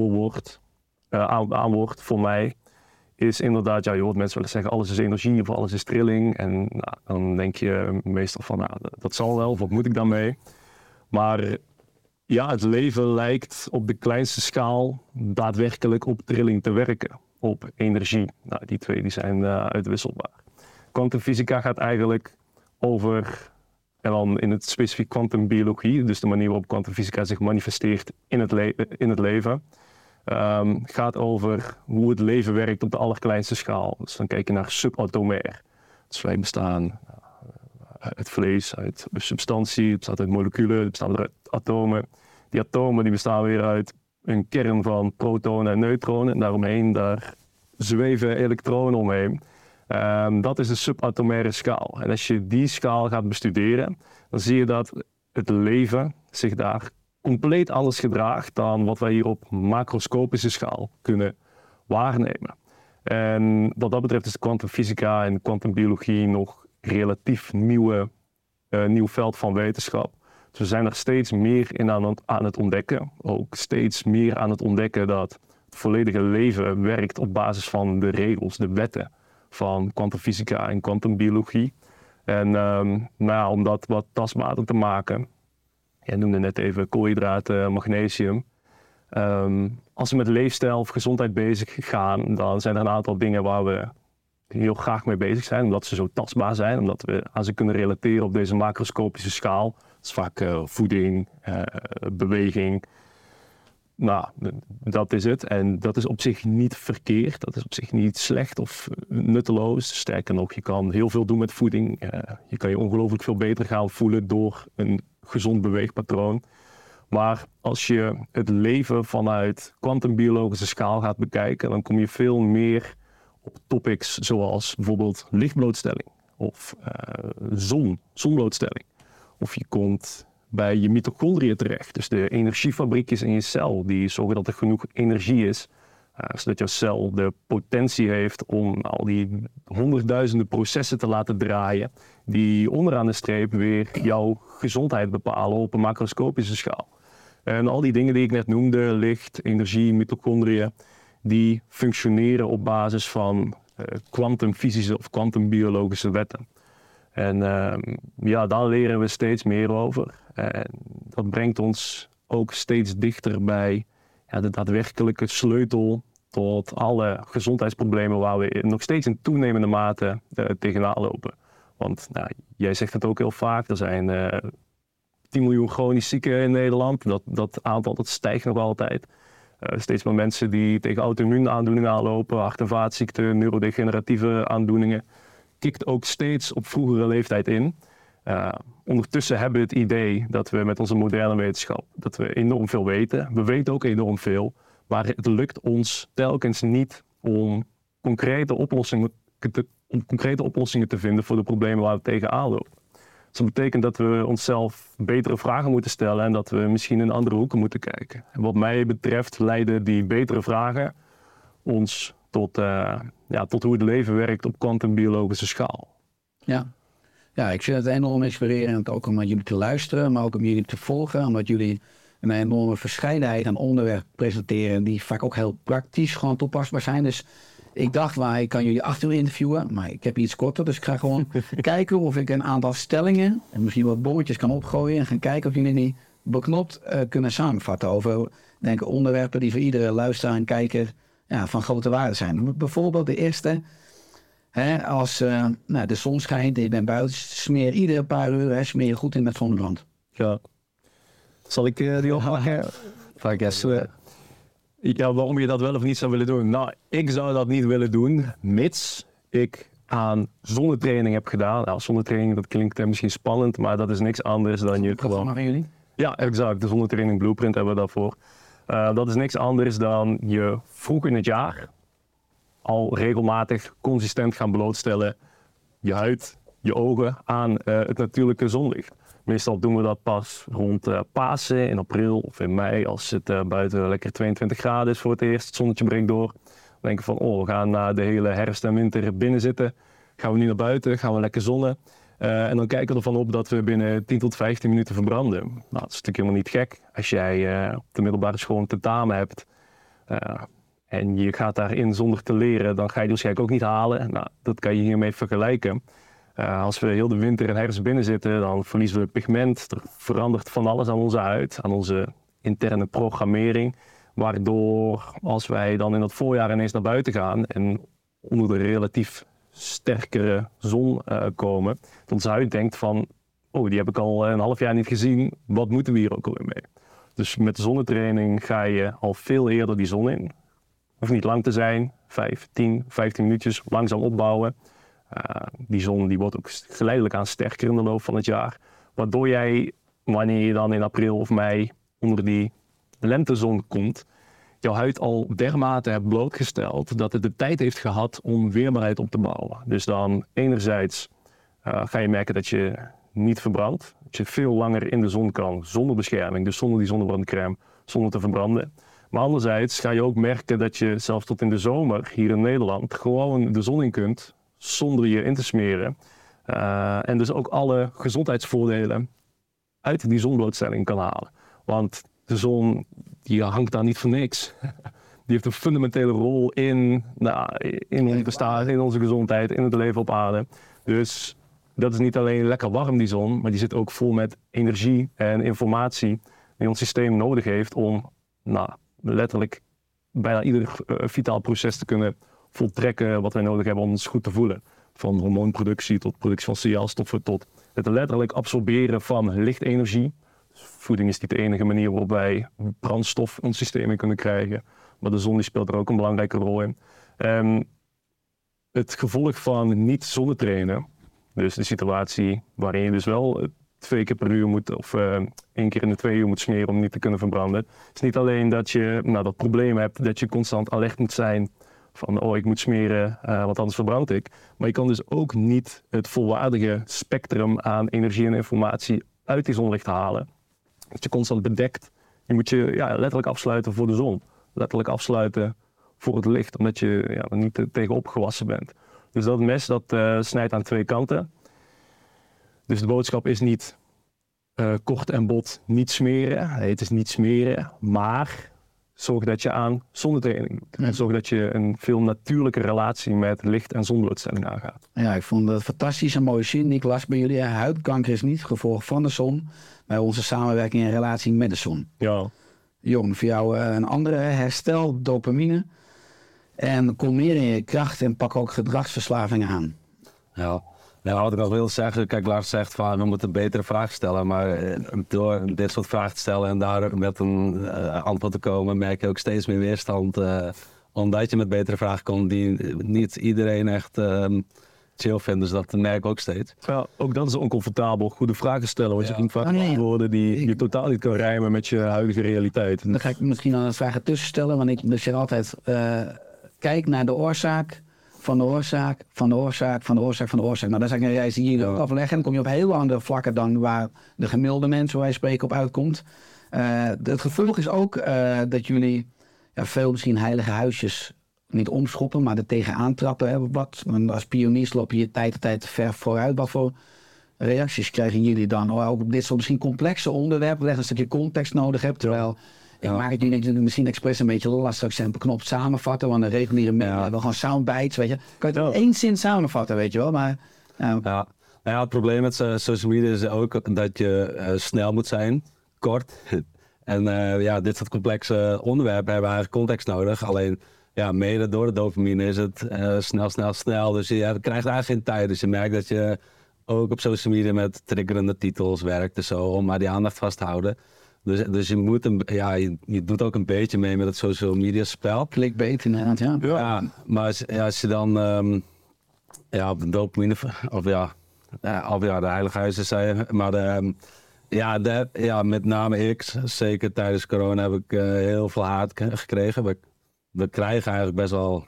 aan wordt voor mij, is inderdaad, je hoort mensen wel eens zeggen, alles is energie of alles is trilling. En dan denk je meestal van, dat zal wel, of wat moet ik daarmee? Maar het leven lijkt op de kleinste schaal daadwerkelijk op trilling te werken, op energie. Die 2 die zijn uitwisselbaar. Kwantumfysica gaat eigenlijk over, en dan in het specifiek kwantumbiologie, dus de manier waarop kwantumfysica zich manifesteert in het leven, gaat over hoe het leven werkt op de allerkleinste schaal. Dus dan kijk je naar subatomair. Dus wij bestaan uit vlees, uit substantie, het bestaat uit moleculen, het bestaat uit atomen. Die atomen die bestaan weer uit een kern van protonen en neutronen. En daaromheen, daar zweven elektronen omheen. Dat is de subatomaire schaal. En als je die schaal gaat bestuderen, dan zie je dat het leven zich daar compleet anders gedraagt dan wat wij hier op macroscopische schaal kunnen waarnemen. En wat dat betreft is kwantumfysica en kwantumbiologie nog relatief nieuw veld van wetenschap. Dus we zijn er steeds meer in aan het ontdekken. Ook steeds meer aan het ontdekken dat het volledige leven werkt op basis van de regels, de wetten van kwantumfysica en kwantumbiologie. En om dat wat tastbaarder te maken, jij noemde net even koolhydraten, magnesium. Als we met leefstijl of gezondheid bezig gaan, dan zijn er een aantal dingen waar we heel graag mee bezig zijn, omdat ze zo tastbaar zijn, omdat we aan ze kunnen relateren op deze macroscopische schaal. Dat is vaak voeding, beweging. Nou, dat is het. En dat is op zich niet verkeerd, dat is op zich niet slecht of nutteloos. Sterker nog, je kan heel veel doen met voeding. Je kan je ongelooflijk veel beter gaan voelen door een gezond beweegpatroon. Maar als je het leven vanuit kwantumbiologische schaal gaat bekijken, dan kom je veel meer op topics zoals bijvoorbeeld lichtblootstelling of zonblootstelling. Of je komt bij je mitochondriën terecht, dus de energiefabriekjes in je cel die zorgen dat er genoeg energie is, zodat jouw cel de potentie heeft om al die honderdduizenden processen te laten draaien die onderaan de streep weer jouw gezondheid bepalen op een macroscopische schaal. En al die dingen die ik net noemde, licht, energie, mitochondriën, die functioneren op basis van kwantumfysische of kwantumbiologische wetten. En daar leren we steeds meer over. En dat brengt ons ook steeds dichter bij de daadwerkelijke sleutel tot alle gezondheidsproblemen waar we nog steeds in toenemende mate tegenaan lopen. Want jij zegt het ook heel vaak, er zijn 10 miljoen chronisch zieken in Nederland. Dat aantal dat stijgt nog altijd. Steeds meer mensen die tegen auto-immuunaandoeningen aanlopen, hart- en vaatziekten, neurodegeneratieve aandoeningen. Kikt ook steeds op vroegere leeftijd in. Ondertussen hebben we het idee dat we met onze moderne wetenschap dat we enorm veel weten. We weten ook enorm veel, maar het lukt ons telkens niet om concrete oplossingen te vinden voor de problemen waar we tegenaan lopen. Dus dat betekent dat we onszelf betere vragen moeten stellen en dat we misschien in andere hoeken moeten kijken. En wat mij betreft leiden die betere vragen ons tot hoe het leven werkt op kwantumbiologische schaal. Ja, ik vind het enorm inspirerend ook om naar jullie te luisteren, maar ook om jullie te volgen, omdat jullie een enorme verscheidenheid aan onderwerpen presenteren die vaak ook heel praktisch gewoon toepasbaar zijn. Dus ik dacht, ik kan jullie 8 uur interviewen, maar ik heb iets korter, dus ik ga gewoon kijken of ik een aantal stellingen en misschien wat bommetjes kan opgooien en gaan kijken of jullie die beknopt kunnen samenvatten over onderwerpen die voor iedere luisteraar en kijker van grote waarde zijn. Bijvoorbeeld de eerste, als de zon schijnt en je bent buiten, smeer iedere paar uur smeer je goed in met zonnebrand. Ja. Zal ik die oppakken? Waarom je dat wel of niet zou willen doen? Nou, ik zou dat niet willen doen, mits ik aan zonnetraining heb gedaan. Nou, zonnetraining, dat klinkt misschien spannend, maar dat is niks anders dan je gewoon... van jullie? Ja, exact. De zonnetraining blueprint hebben we daarvoor. Dat is niks anders dan je vroeg in het jaar al regelmatig consistent gaan blootstellen je huid, je ogen aan het natuurlijke zonlicht. Meestal doen we dat pas rond Pasen, in april of in mei, als het buiten lekker 22 graden is voor het eerst. Het zonnetje breekt door. Dan denken we van, we gaan na de hele herfst en winter binnen zitten. Gaan we nu naar buiten, gaan we lekker zonnen. En dan kijken we ervan op dat we binnen 10 tot 15 minuten verbranden. Nou, dat is natuurlijk helemaal niet gek. Als jij op de middelbare school een tentamen hebt en je gaat daarin zonder te leren, dan ga je waarschijnlijk ook niet halen. Nou, dat kan je hiermee vergelijken. Als we heel de winter en herfst binnen zitten, dan verliezen we pigment. Er verandert van alles aan onze huid, aan onze interne programmering. Waardoor als wij dan in het voorjaar ineens naar buiten gaan en onder de relatief sterkere zon komen, dat onze huid denkt van, die heb ik al een half jaar niet gezien, wat moeten we hier ook alweer mee? Dus met de zonnetraining ga je al veel eerder die zon in. Hoeft niet lang te zijn, 5, 10, 15 minuutjes, langzaam opbouwen. Die zon die wordt ook geleidelijk aan sterker in de loop van het jaar. Waardoor jij, wanneer je dan in april of mei onder die lentezon komt, jouw huid al dermate hebt blootgesteld dat het de tijd heeft gehad om weerbaarheid op te bouwen. Dus dan enerzijds ga je merken dat je niet verbrandt. Dat je veel langer in de zon kan zonder bescherming, dus zonder die zonnebrandcrème, zonder te verbranden. Maar anderzijds ga je ook merken dat je zelfs tot in de zomer hier in Nederland gewoon de zon in kunt zonder je in te smeren. En dus ook alle gezondheidsvoordelen uit die zonblootstelling kan halen. Want de zon die hangt daar niet voor niks. Die heeft een fundamentele rol in ons bestaan, in onze gezondheid, in het leven op aarde. Dus dat is niet alleen lekker warm die zon, maar die zit ook vol met energie en informatie die ons systeem nodig heeft om letterlijk bijna ieder vitaal proces te kunnen voltrekken wat wij nodig hebben om ons goed te voelen. Van hormoonproductie tot productie van signaalstoffen tot het letterlijk absorberen van lichtenergie. Dus voeding is niet de enige manier waarop wij brandstof in ons systeem in kunnen krijgen. Maar de zon die speelt er ook een belangrijke rol in. Het gevolg van niet zonnetrainen, dus de situatie waarin je dus wel 2 keer per uur moet of 1 keer in de 2 uur moet smeren om niet te kunnen verbranden. is niet alleen dat je dat probleem hebt dat je constant alert moet zijn van ik moet smeren, want anders verbrand ik. Maar je kan dus ook niet het volwaardige spectrum aan energie en informatie uit die zonlicht halen. Dat je constant bedekt. Je moet je letterlijk afsluiten voor de zon. Letterlijk afsluiten voor het licht, omdat je er niet tegenop gewassen bent. Dus dat mes dat snijdt aan 2 kanten. Dus de boodschap is niet kort en bot niet smeren. Nee, het is niet smeren, maar zorg dat je aan zonnetraining doet. En zorg dat je een veel natuurlijke relatie met licht en zonblootstelling aangaat. Ja, ik vond het fantastisch en mooie zin. Ik las bij jullie, huidkanker is niet het gevolg van de zon, maar onze samenwerking en relatie met de zon. Ja. Jorn, voor jou een andere herstel, dopamine. En kom meer in je kracht en pak ook gedragsverslavingen aan. Ja. Nou, wat ik nog wil zeggen, kijk, Lars zegt van we moeten betere vragen stellen, maar door dit soort vragen te stellen en daar met een antwoord te komen, merk je ook steeds meer weerstand, omdat je met betere vragen komt die niet iedereen echt chill vindt, dus dat merk ik ook steeds. Ja, ook dat is oncomfortabel, goede vragen stellen, want je kunt vaak antwoorden die je totaal niet kan rijmen met je huidige realiteit. Dan ga ik misschien al een vraag tussen stellen, want ik zeg altijd, kijk naar de oorzaak. Van de oorzaak. Nou, dan zeg ik, jij zie je afleggen. En dan kom je op heel andere vlakken dan waar de gemiddelde mens, waar wij spreken, op uitkomt. Het gevolg is ook dat jullie veel misschien heilige huisjes niet omschoppen, maar er tegenaan trappen. Als pioniers loop je tijd ver vooruit. Wat voor reacties krijgen jullie dan? Ook op dit soort misschien complexe onderwerpen, leggen een stukje context nodig hebt. Terwijl ik maak het jullie misschien expres een beetje lastig, simpel knop samenvatten, want een reguliere media hebben gewoon soundbites, weet je. Kan je het in één zin samenvatten, weet je wel, maar... Ja, het probleem met social media is ook dat je snel moet zijn, kort. En dit soort complexe onderwerpen hebben eigenlijk context nodig, alleen mede door de dopamine is het snel. Dus je krijgt eigenlijk geen tijd, dus je merkt dat je ook op social media met triggerende titels werkt en zo, om maar die aandacht vast te houden. Dus je moet je doet ook een beetje mee met het social media spel. Clickbait inderdaad, ja. Maar als je dan op de dopamine, of de heilige huizen zei, maar met name ik, zeker tijdens corona heb ik heel veel haat gekregen. We krijgen eigenlijk best wel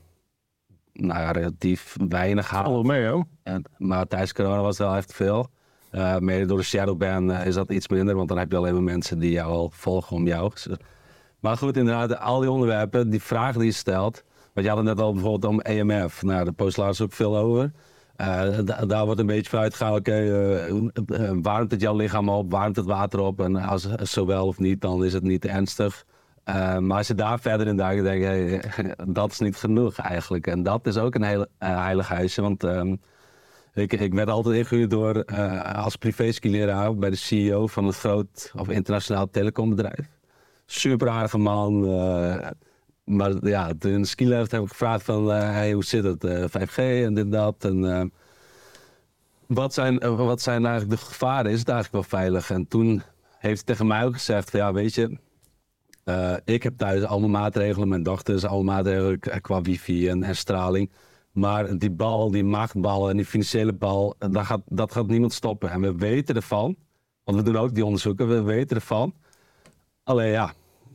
relatief weinig haat. Allemaal mee, hoor. Maar tijdens corona was het wel echt veel. Mede door de shadowban is dat iets minder, want dan heb je alleen maar mensen die jou al volgen om jou. Maar goed, inderdaad, al die onderwerpen, die vragen die je stelt. Want je had het net al bijvoorbeeld om EMF. Nou, de post laatst ook veel over. Daar wordt een beetje van uitgegaan, warmt het jouw lichaam op, warmt het water op? En als zo wel of niet, dan is het niet ernstig. Maar als je daar verder in duikt, denk je, dat is niet genoeg eigenlijk. En dat is ook een heel heilig huisje, want... Ik werd altijd ingehuurd door als privé-skileraar bij de CEO van een groot of internationaal telecombedrijf. Super aardige man. Maar in de skileraar heb ik gevraagd van hoe zit het? 5G en dit en dat. En wat zijn eigenlijk de gevaren? Is het eigenlijk wel veilig? En toen heeft hij tegen mij ook gezegd van weet je, ik heb thuis allemaal maatregelen, mijn dochters allemaal maatregelen qua wifi en straling. Maar die bal, die machtbal en die financiële bal, dat gaat niemand stoppen. En we weten ervan, want we doen ook die onderzoeken, we weten ervan. Alleen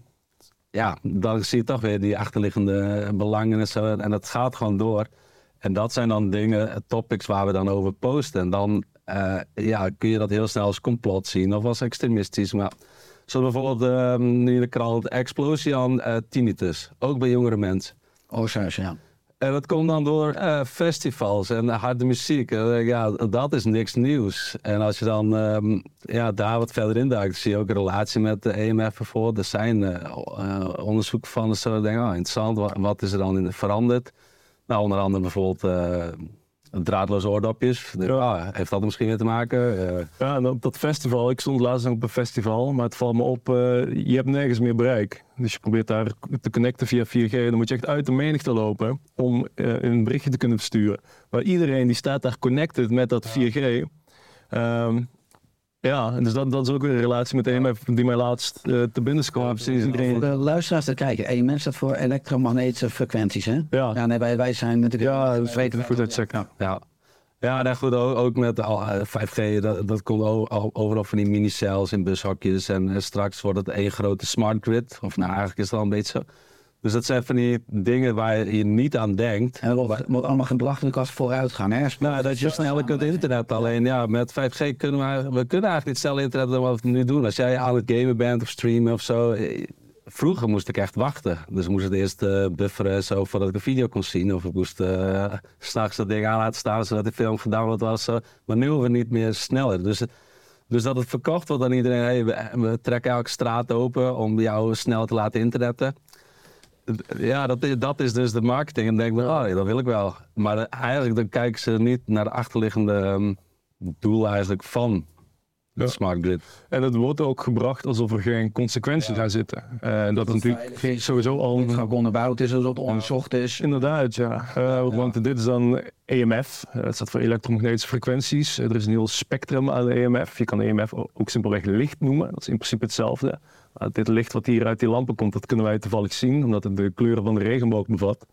dan zie je toch weer die achterliggende belangen en zo. En dat gaat gewoon door. En dat zijn dan dingen, topics waar we dan over posten. En dan kun je dat heel snel als complot zien of als extremistisch. Maar zoals bijvoorbeeld nu in de krant, explosie aan tinnitus. Ook bij jongere mensen. Oosthuis, ja. En dat komt dan door festivals en harde muziek. En dan denk ik, ja, dat is niks nieuws. En als je dan daar wat verder in duikt, zie je ook een relatie met de EMF bijvoorbeeld. Er zijn onderzoeken van, dus zo denk ik, interessant, wat is er dan in veranderd? Nou, onder andere bijvoorbeeld draadloze oordopjes. Heeft dat er misschien mee te maken? Ja, en op dat festival, ik stond laatst nog op een festival, maar het valt me op, je hebt nergens meer bereik. Dus je probeert daar te connecten via 4G, dan moet je echt uit de menigte lopen om een berichtje te kunnen versturen. Maar iedereen die staat daar connected met dat 4G. Dus dat is ook weer een relatie met EMF die mij laatst te binnen kwam. Precies. Voor de luisteraars te kijken, EMF staat voor elektromagnetische frequenties, hè? Ja. Nee, wij zijn natuurlijk... Ja, dat weten we goed uitchecken. Ja, nee, goed, ook met 5G, dat komt overal van die minicells in bushokjes. En straks wordt het één grote smart grid. Of nou, eigenlijk is het al een beetje zo. Dus dat zijn van die dingen waar je niet aan denkt. En dat wordt allemaal gebracht als vooruitgaan, hè? Nou, dat je sneller kunt internet. Alleen ja, met 5G kunnen we eigenlijk niet sneller internet dan wat we nu doen. Als jij aan het gamen bent of streamen of zo. Vroeger moest ik echt wachten. Dus ik moest het eerst bufferen zo voordat ik een video kon zien. Of ik moest 's nachts dat ding aan laten staan zodat de film gedownload was. Maar nu hoeven we niet meer sneller. Dus dat het verkocht wordt aan iedereen. Hey, we trekken elke straat open om jou snel te laten internetten. Ja, dat is dus de marketing. En denk ik, dat wil ik wel. Maar eigenlijk dan kijken ze niet naar de achterliggende doel eigenlijk van de smart grid. En het wordt ook gebracht alsof er geen consequenties aan zitten. Dat is natuurlijk sowieso al... Het gaat onderbouwd is, alsof het onderzocht is. Inderdaad, ja. Want dit is dan EMF. Het staat voor elektromagnetische frequenties. Er is een heel spectrum aan de EMF. Je kan de EMF ook simpelweg licht noemen. Dat is in principe hetzelfde. Dit licht wat hier uit die lampen komt, dat kunnen wij toevallig zien, omdat het de kleuren van de regenboog bevat.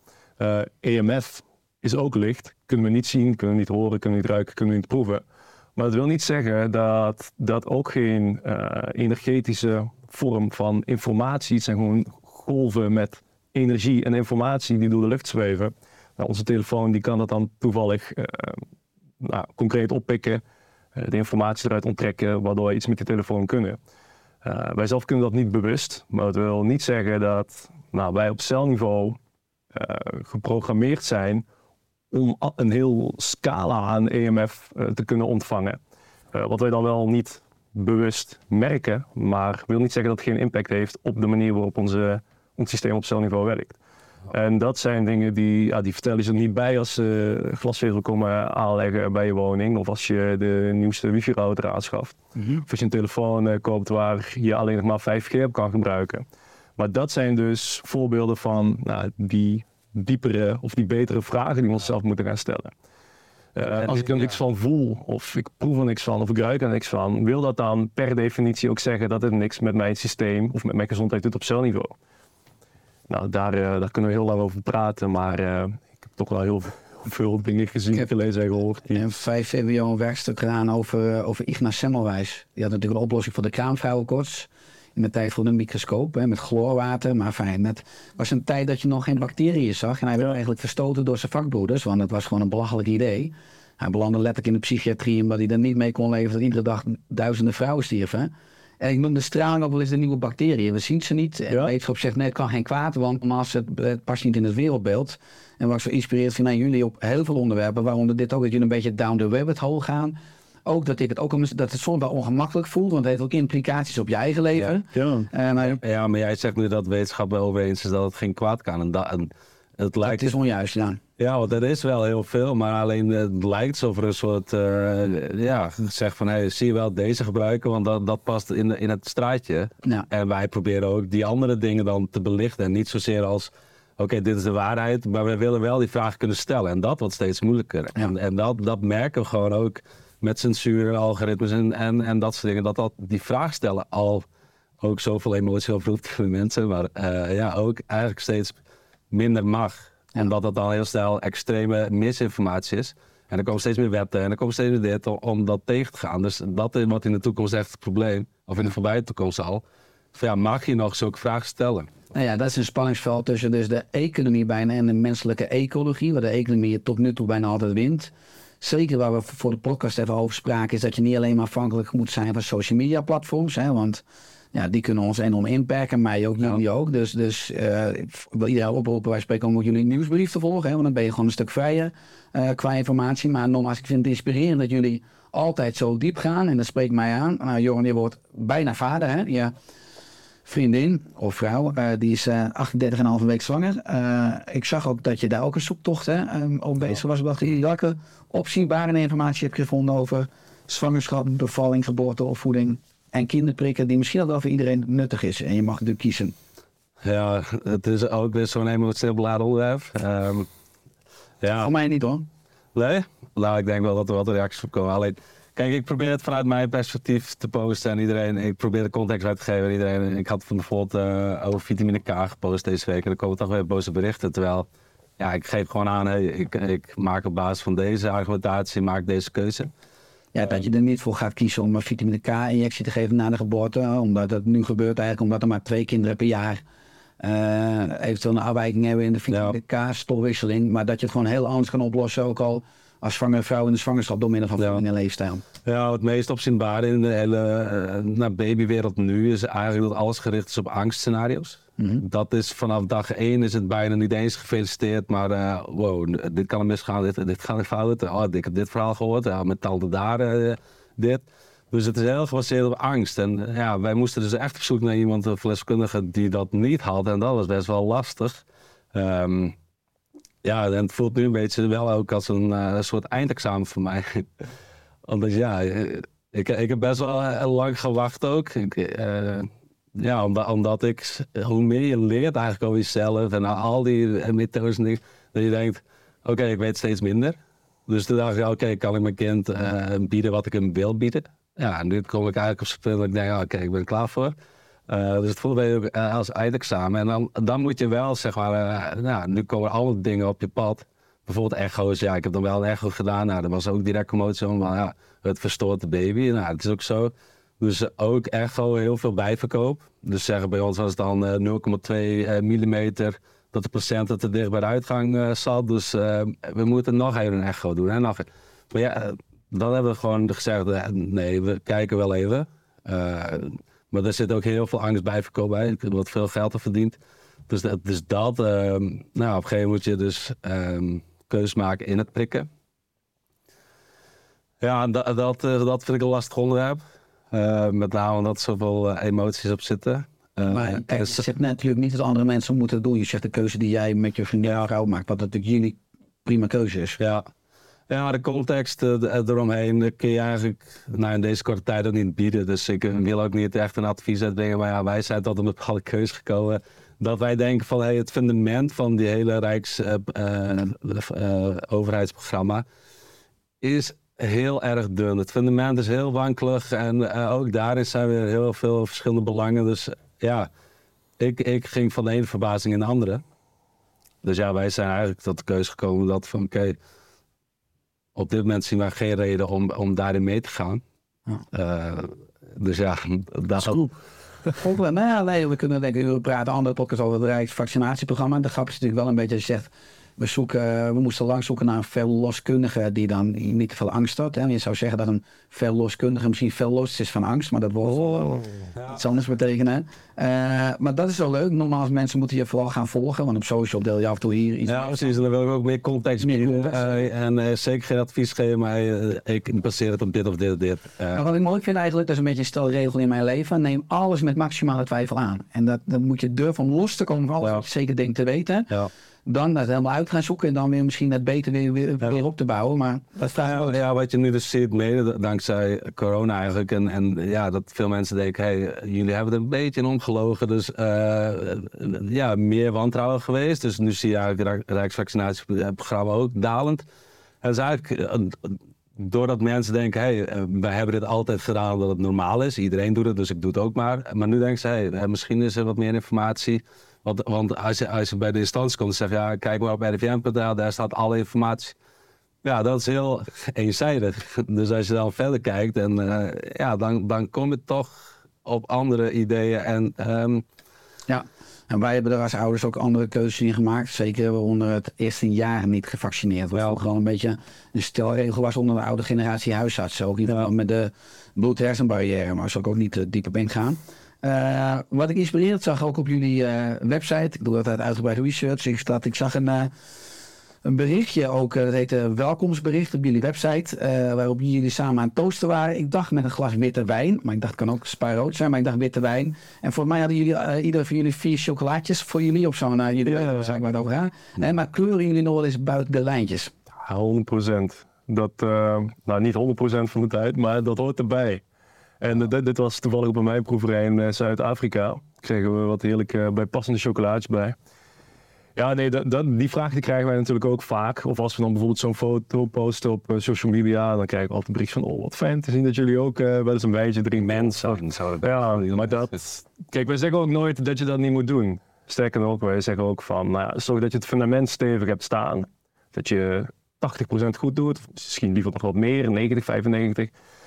EMF is ook licht. Kunnen we niet zien, kunnen we niet horen, kunnen we niet ruiken, kunnen we niet proeven. Maar dat wil niet zeggen dat dat ook geen energetische vorm van informatie is. Het zijn gewoon golven met energie en informatie die door de lucht zweven. Nou, onze telefoon die kan dat dan toevallig concreet oppikken, de informatie eruit onttrekken, waardoor we iets met die telefoon kunnen. Wij zelf kunnen dat niet bewust, maar dat wil niet zeggen dat wij op celniveau geprogrammeerd zijn om een heel scala aan EMF te kunnen ontvangen. Wat wij dan wel niet bewust merken, maar wil niet zeggen dat het geen impact heeft op de manier waarop ons systeem op celniveau werkt. En dat zijn dingen die vertellen ze niet bij als ze glasvezel komen aanleggen bij je woning. Of als je de nieuwste wifi-router aanschaft. Of als je een telefoon koopt waar je alleen nog maar 5G op kan gebruiken. Maar dat zijn dus voorbeelden van die diepere of die betere vragen die we onszelf moeten gaan stellen. Als ik er niks van voel, of ik proef er niks van, of ik ruik er niks van, wil dat dan per definitie ook zeggen dat het niks met mijn systeem of met mijn gezondheid doet op celniveau? Nou, daar kunnen we heel lang over praten, maar ik heb toch wel heel veel dingen gezien, gelezen en gehoord. En 5 februari een werkstuk gedaan over Ignaz Semmelweis. Die had natuurlijk een oplossing voor de kraamvrouwenkoorts. In de tijd voor de microscoop, met chloorwater. Maar fijn, het was een tijd dat je nog geen bacteriën zag. En hij werd eigenlijk verstoten door zijn vakbroeders, want het was gewoon een belachelijk idee. Hij belandde letterlijk in de psychiatrie, omdat hij er niet mee kon leven dat iedere dag duizenden vrouwen stierven. En ik noem de straling ook wel eens de nieuwe bacteriën. We zien ze niet. En wetenschap zegt, nee, het kan geen kwaad, want het past niet in het wereldbeeld. En was geïnspireerd van jullie op heel veel onderwerpen, waaronder dit ook, dat jullie een beetje down the rabbit hole gaan. Ook dat het soms wel ongemakkelijk voelt, want het heeft ook implicaties op je eigen leven. Ja, maar jij zegt nu dat wetenschap wel over eens is dat het geen kwaad kan. En het lijkt... Dat is onjuist, ja. Ja, want er is wel heel veel, maar alleen het lijkt alsof er een soort, zeg van, zie je wel deze gebruiken, want dat past in het straatje. Ja. En wij proberen ook die andere dingen dan te belichten en niet zozeer als, oké, dit is de waarheid, maar we willen wel die vraag kunnen stellen en dat wordt steeds moeilijker. Ja. En dat merken we gewoon ook met censuur en algoritmes en dat soort dingen, dat die vraag stellen al ook zoveel emotie oproept bij mensen, maar ook eigenlijk steeds minder mag. En dat het dan heel snel extreme misinformatie is. En er komen steeds meer wetten en er komt steeds meer dit om dat tegen te gaan. Dus dat is wat in de toekomst echt het probleem, of in de voorbije toekomst al. Mag je nog zulke vragen stellen? Nou ja, dat is een spanningsveld tussen dus de economie bijna en de menselijke ecologie, waar de economie tot nu toe bijna altijd wint. Zeker waar we voor de podcast even over spraken, is dat je niet alleen maar afhankelijk moet zijn van social media platforms. Want Ja, die kunnen ons enorm inperken, mij ook, jullie ook. Dus ik wil iedereen oproepen, wij spreken om jullie nieuwsbrief te volgen. Hè, want dan ben je gewoon een stuk vrijer qua informatie. Maar nogmaals, ik vind het inspirerend dat jullie altijd zo diep gaan. En dat spreekt mij aan. Nou, Joran, je wordt bijna vader, hè? Je vriendin of vrouw, die is 38,5 week zwanger. Ik zag ook dat je daar ook een zoektocht op bezig was. Welke opzienbare informatie heb je gevonden over zwangerschap, bevalling, geboorte, opvoeding en kinderprikken, die misschien ook wel voor iedereen nuttig is. En je mag natuurlijk kiezen. Ja, het is ook weer zo'n emotioneel beladen onderwerp. Ja. Voor mij niet hoor. Nee? Nou, ik denk wel dat er wat reacties op komen. Alleen, kijk, ik probeer het vanuit mijn perspectief te posten en iedereen. Ik probeer de context uit te geven aan iedereen. Ik had bijvoorbeeld over vitamine K gepost deze week en dan komen toch weer boze berichten. Terwijl, ja, ik geef gewoon aan, hey, ik maak op basis van deze argumentatie, maak deze keuze. Ja, dat je er niet voor gaat kiezen om een vitamine K-injectie te geven na de geboorte. Omdat het nu gebeurt eigenlijk omdat er maar 2 kinderen per jaar eventueel een afwijking hebben in de vitamine K-stofwisseling. Maar dat je het gewoon heel anders kan oplossen, ook al als zwangere vrouw in de zwangerschap door middel van voeding en leefstijl. Ja, het meest opzienbare in de hele babywereld nu is eigenlijk dat alles gericht is op angstscenario's. Mm-hmm. Dat is vanaf dag 1 is het bijna niet eens gefeliciteerd, maar wow, dit kan er misgaan, dit gaat er fout. Oh, ik heb dit verhaal gehoord, met tante daar dit. Dus het is heel gebaseerd op angst. En ja, wij moesten dus echt op zoek naar iemand, een verloskundige, die dat niet had. En dat was best wel lastig. Ja, en het voelt nu een beetje wel ook als een soort eindexamen voor mij. Omdat ja, ik heb best wel lang gewacht ook. Ja, omdat ik, hoe meer je leert eigenlijk over jezelf en al die methodes en dingen, dat je denkt, oké, ik weet steeds minder. Dus toen dacht ik, oké, kan ik mijn kind bieden wat ik hem wil bieden? Ja, en nu kom ik eigenlijk op zo'n punt dat ik denk, oké, ik ben er klaar voor. Dus het voelde weer ook als eindexamen. En dan moet je wel, zeg maar, nou, nu komen alle dingen op je pad. Bijvoorbeeld echo's, ja, ik heb dan wel een echo gedaan. Nou, dat was ook direct commotie, maar ja, het verstoort de baby. Nou, het is ook zo. Dus ook echo, heel veel bijverkoop. Dus zeggen bij ons was het dan 0,2 millimeter dat de placenta te dicht bij de uitgang zat. Dus we moeten nog even een echo doen. Hè? Maar ja, dan hebben we gewoon gezegd, nee, we kijken wel even. Maar er zit ook heel veel angst bijverkoop bij. Er wordt veel geld er verdiend. Dus nou, op een gegeven moment moet je dus keuzes maken in het prikken. Ja, dat vind ik een lastig onderwerp. Met name omdat er zoveel emoties op zitten. Maar je zegt natuurlijk niet dat andere mensen moeten doen. Je zegt de keuze die jij met je vriendin en vrouw maakt, wat natuurlijk jullie prima keuze is. Ja, de context eromheen kun je eigenlijk in deze korte tijd ook niet bieden. Dus ik wil ook niet echt een advies uitbrengen. Maar ja, wij zijn tot een bepaalde keuze gekomen. Dat wij denken van het fundament van die hele overheidsprogramma is heel erg dun. Het fundament is heel wankelig en ook daarin zijn weer heel veel verschillende belangen. Dus ja, ik ging van de ene verbazing in de andere. Dus ja, wij zijn eigenlijk tot de keuze gekomen dat van oké, op dit moment zien wij geen reden om daarin mee te gaan. Dus ja, dat is nee, we kunnen denk ik praten andere podcast over het Rijksvaccinatieprogramma. De grap is natuurlijk wel een beetje als je zegt, we moesten lang zoeken naar een verloskundige die dan niet te veel angst had. Hè. Je zou zeggen dat een verloskundige misschien verlost is van angst, maar dat wordt iets anders betekenen. Maar dat is wel leuk. Normaal mensen moeten je vooral gaan volgen, want op social deel je af en toe hier iets. Ja, precies. En dan wil ik ook meer context bieden. En zeker geen advies geven, maar ik baseer het op dit of dit of dit. Wat ik mooi vind eigenlijk, dat is een beetje een stelregel in mijn leven. Neem alles met maximale twijfel aan. En dan moet je durven om los te komen van alles wat je zeker denkt te weten. Ja. Dan dat helemaal uit gaan zoeken en dan weer misschien dat beter weer op te bouwen. Maar dat ja, wat je nu dus ziet, mede dankzij corona eigenlijk. En ja, dat veel mensen denken, hey, jullie hebben het een beetje in omgelogen. Dus ja, meer wantrouwen geweest. Dus nu zie je eigenlijk het Rijksvaccinatieprogramma ook dalend. En dat is eigenlijk doordat mensen denken, hey, wij hebben dit altijd gedaan dat het normaal is. Iedereen doet het, dus ik doe het ook maar. Maar nu denken ze, hey, misschien is er wat meer informatie. Want als je bij de instantie komt en zegt, ja, kijk maar op RIVM.nl, daar staat alle informatie. Ja, dat is heel eenzijdig. Dus als je dan verder kijkt, dan kom je toch op andere ideeën. Ja, en wij hebben er als ouders ook andere keuzes in gemaakt. Zeker onder het eerste jaar niet gevaccineerd. Wat gewoon een beetje een stelregel was onder de oude generatie huisartsen. Ook in verband met de bloed-hersenbarrière, maar zou ik ook niet dieper op ingaan. Wat ik inspirerend zag ook op jullie website, ik doe altijd uitgebreid research, ik zag een berichtje ook, dat heette welkomstbericht op jullie website, waarop jullie samen aan het toasten waren. Ik dacht met een glas witte wijn, maar ik dacht het kan ook spa-rood zijn, maar ik dacht witte wijn. En voor mij hadden jullie, ieder van jullie 4 chocolaatjes voor jullie op zo'n, daar zou ik maar over gaan. Maar kleuren jullie nog wel eens buiten de lijntjes? 100%. Dat, niet 100% van de tijd, maar dat hoort erbij. En dit was toevallig bij mijn proeverij in Zuid-Afrika. Kregen we wat heerlijk bijpassende chocolaatjes bij. Ja, nee, die vraag die krijgen wij natuurlijk ook vaak. Of als we dan bijvoorbeeld zo'n foto posten op social media, dan krijgen we altijd een bericht van, wat fijn te zien dat jullie ook wel eens een wijntje drinken. Mensen. Ja, maar kijk, wij zeggen ook nooit dat je dat niet moet doen. Sterker nog, wij zeggen ook van, zorg dat je het fundament stevig hebt staan. Dat je 80% goed doet, of misschien liever nog wat meer, 90, 95.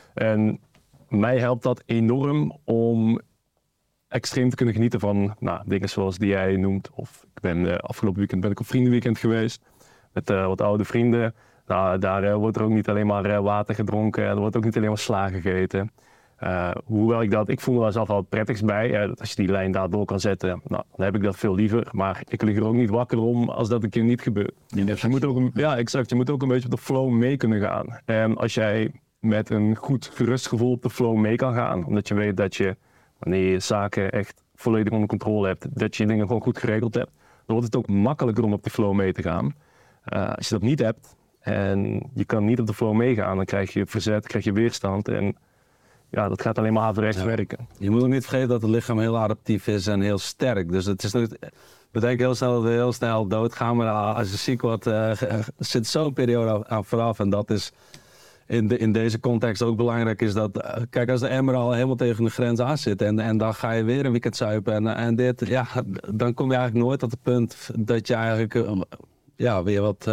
En mij helpt dat enorm om extreem te kunnen genieten van dingen zoals die jij noemt. Of afgelopen weekend op vriendenweekend geweest met wat oude vrienden. Daar wordt er ook niet alleen maar water gedronken, er wordt ook niet alleen maar sla gegeten. Hoewel ik voel me daar zelf al het prettigst bij. Als je die lijn daar door kan zetten, dan heb ik dat veel liever. Maar ik lig er ook niet wakker om als dat een keer niet gebeurt. Je moet ook je moet ook een beetje op de flow mee kunnen gaan. En als jij met een goed gerust gevoel op de flow mee kan gaan, omdat je weet dat je, wanneer je zaken echt volledig onder controle hebt, dat je dingen gewoon goed geregeld hebt, dan wordt het ook makkelijker om op die flow mee te gaan. Als je dat niet hebt en je kan niet op de flow meegaan, dan krijg je verzet, krijg je weerstand en dat gaat alleen maar averechts werken. Je moet ook niet vergeten dat het lichaam heel adaptief is en heel sterk. Dus het is niet, we denken heel snel dat we heel snel doodgaan, maar als je ziek wordt, zit zo'n periode aan vooraf. En dat is in deze context ook belangrijk, is dat, kijk, als de emmer al helemaal tegen de grens aan zit en dan ga je weer een weekend zuipen en dan kom je eigenlijk nooit tot het punt dat je eigenlijk weer wat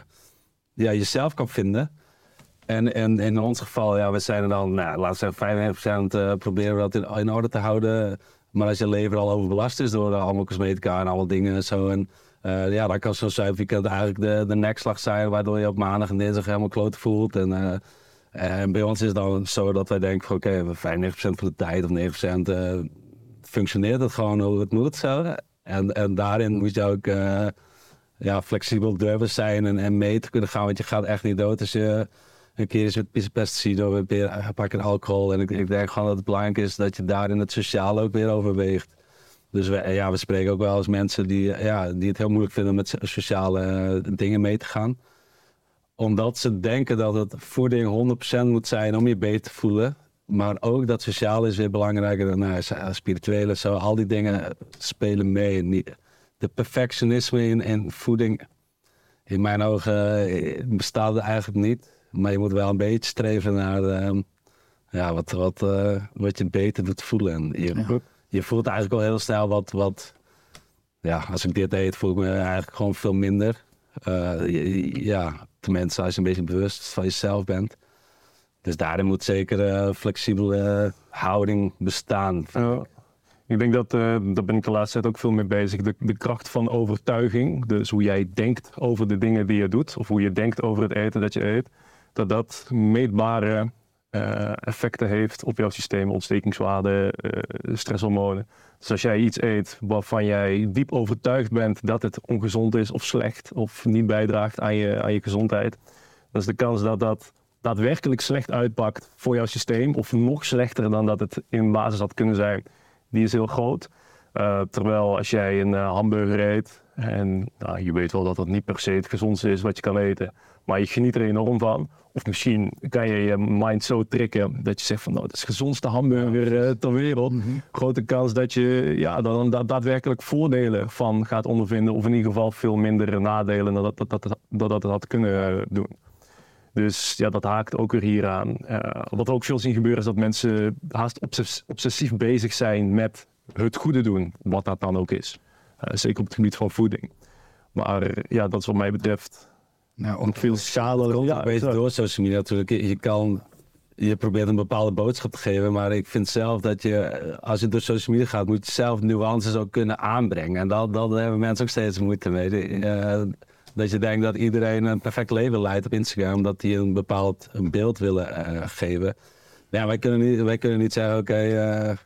jezelf kan vinden. En in ons geval, we zijn er dan, laten we zeggen 95% proberen we dat in orde te houden. Maar als je lever al overbelast is door allemaal cosmetica en allemaal dingen en zo. En dan kan zo'n zuipweekend eigenlijk de nekslag zijn, waardoor je op maandag en dinsdag helemaal kloten voelt. En bij ons is het dan zo dat wij denken van oké, 95% van de tijd of 9% functioneert het gewoon hoe het moet zo. En daarin moet je ook flexibel durven zijn en mee te kunnen gaan, want je gaat echt niet dood als je een keer is met pesticiden of een paar keer alcohol. En ik denk gewoon dat het belangrijk is dat je daarin het sociale ook weer overweegt. Dus we spreken ook wel eens mensen die het heel moeilijk vinden met sociale dingen mee te gaan. Omdat ze denken dat het voeding 100% moet zijn om je beter te voelen. Maar ook dat sociale is weer belangrijker dan spirituele. Zo, al die dingen spelen mee. De perfectionisme in voeding, in mijn ogen, bestaat er eigenlijk niet. Maar je moet wel een beetje streven naar wat je beter doet voelen. En je voelt eigenlijk al heel snel wat als ik dit eet, voel ik me eigenlijk gewoon veel minder. Tenminste als je een beetje bewust van jezelf bent. Dus daarin moet zeker een flexibele houding bestaan. Ik denk dat, daar ben ik de laatste tijd ook veel mee bezig, de kracht van overtuiging. Dus hoe jij denkt over de dingen die je doet, of hoe je denkt over het eten dat je eet, dat meetbare effecten heeft op jouw systeem, ontstekingswaarden, stresshormonen. Dus als jij iets eet waarvan jij diep overtuigd bent dat het ongezond is of slecht of niet bijdraagt aan je gezondheid, dan is de kans dat dat daadwerkelijk slecht uitpakt voor jouw systeem, of nog slechter dan dat het in basis had kunnen zijn, die is heel groot. Terwijl als jij een hamburger eet, en je weet wel dat dat niet per se het gezondste is wat je kan eten, maar je geniet er enorm van. Of misschien kan je je mind zo tricken dat je zegt van het is de gezondste hamburger ter wereld. Mm-hmm. Grote kans dat je dan daadwerkelijk voordelen van gaat ondervinden, of in ieder geval veel minder nadelen dan dat het had kunnen doen. Dus dat haakt ook weer hier aan. Wat we ook veel zien gebeuren is dat mensen haast obsessief bezig zijn met het goede doen, wat dat dan ook is. Zeker op het gebied van voeding. Maar dat is wat mij betreft ook veel socialer. Een beetje door social media natuurlijk. Je probeert een bepaalde boodschap te geven, maar ik vind zelf dat als je door social media gaat, moet je zelf nuances ook kunnen aanbrengen. En dat hebben mensen ook steeds moeite mee. Dat je denkt dat iedereen een perfect leven leidt op Instagram, omdat die een bepaald beeld willen geven. Ja, wij kunnen niet zeggen,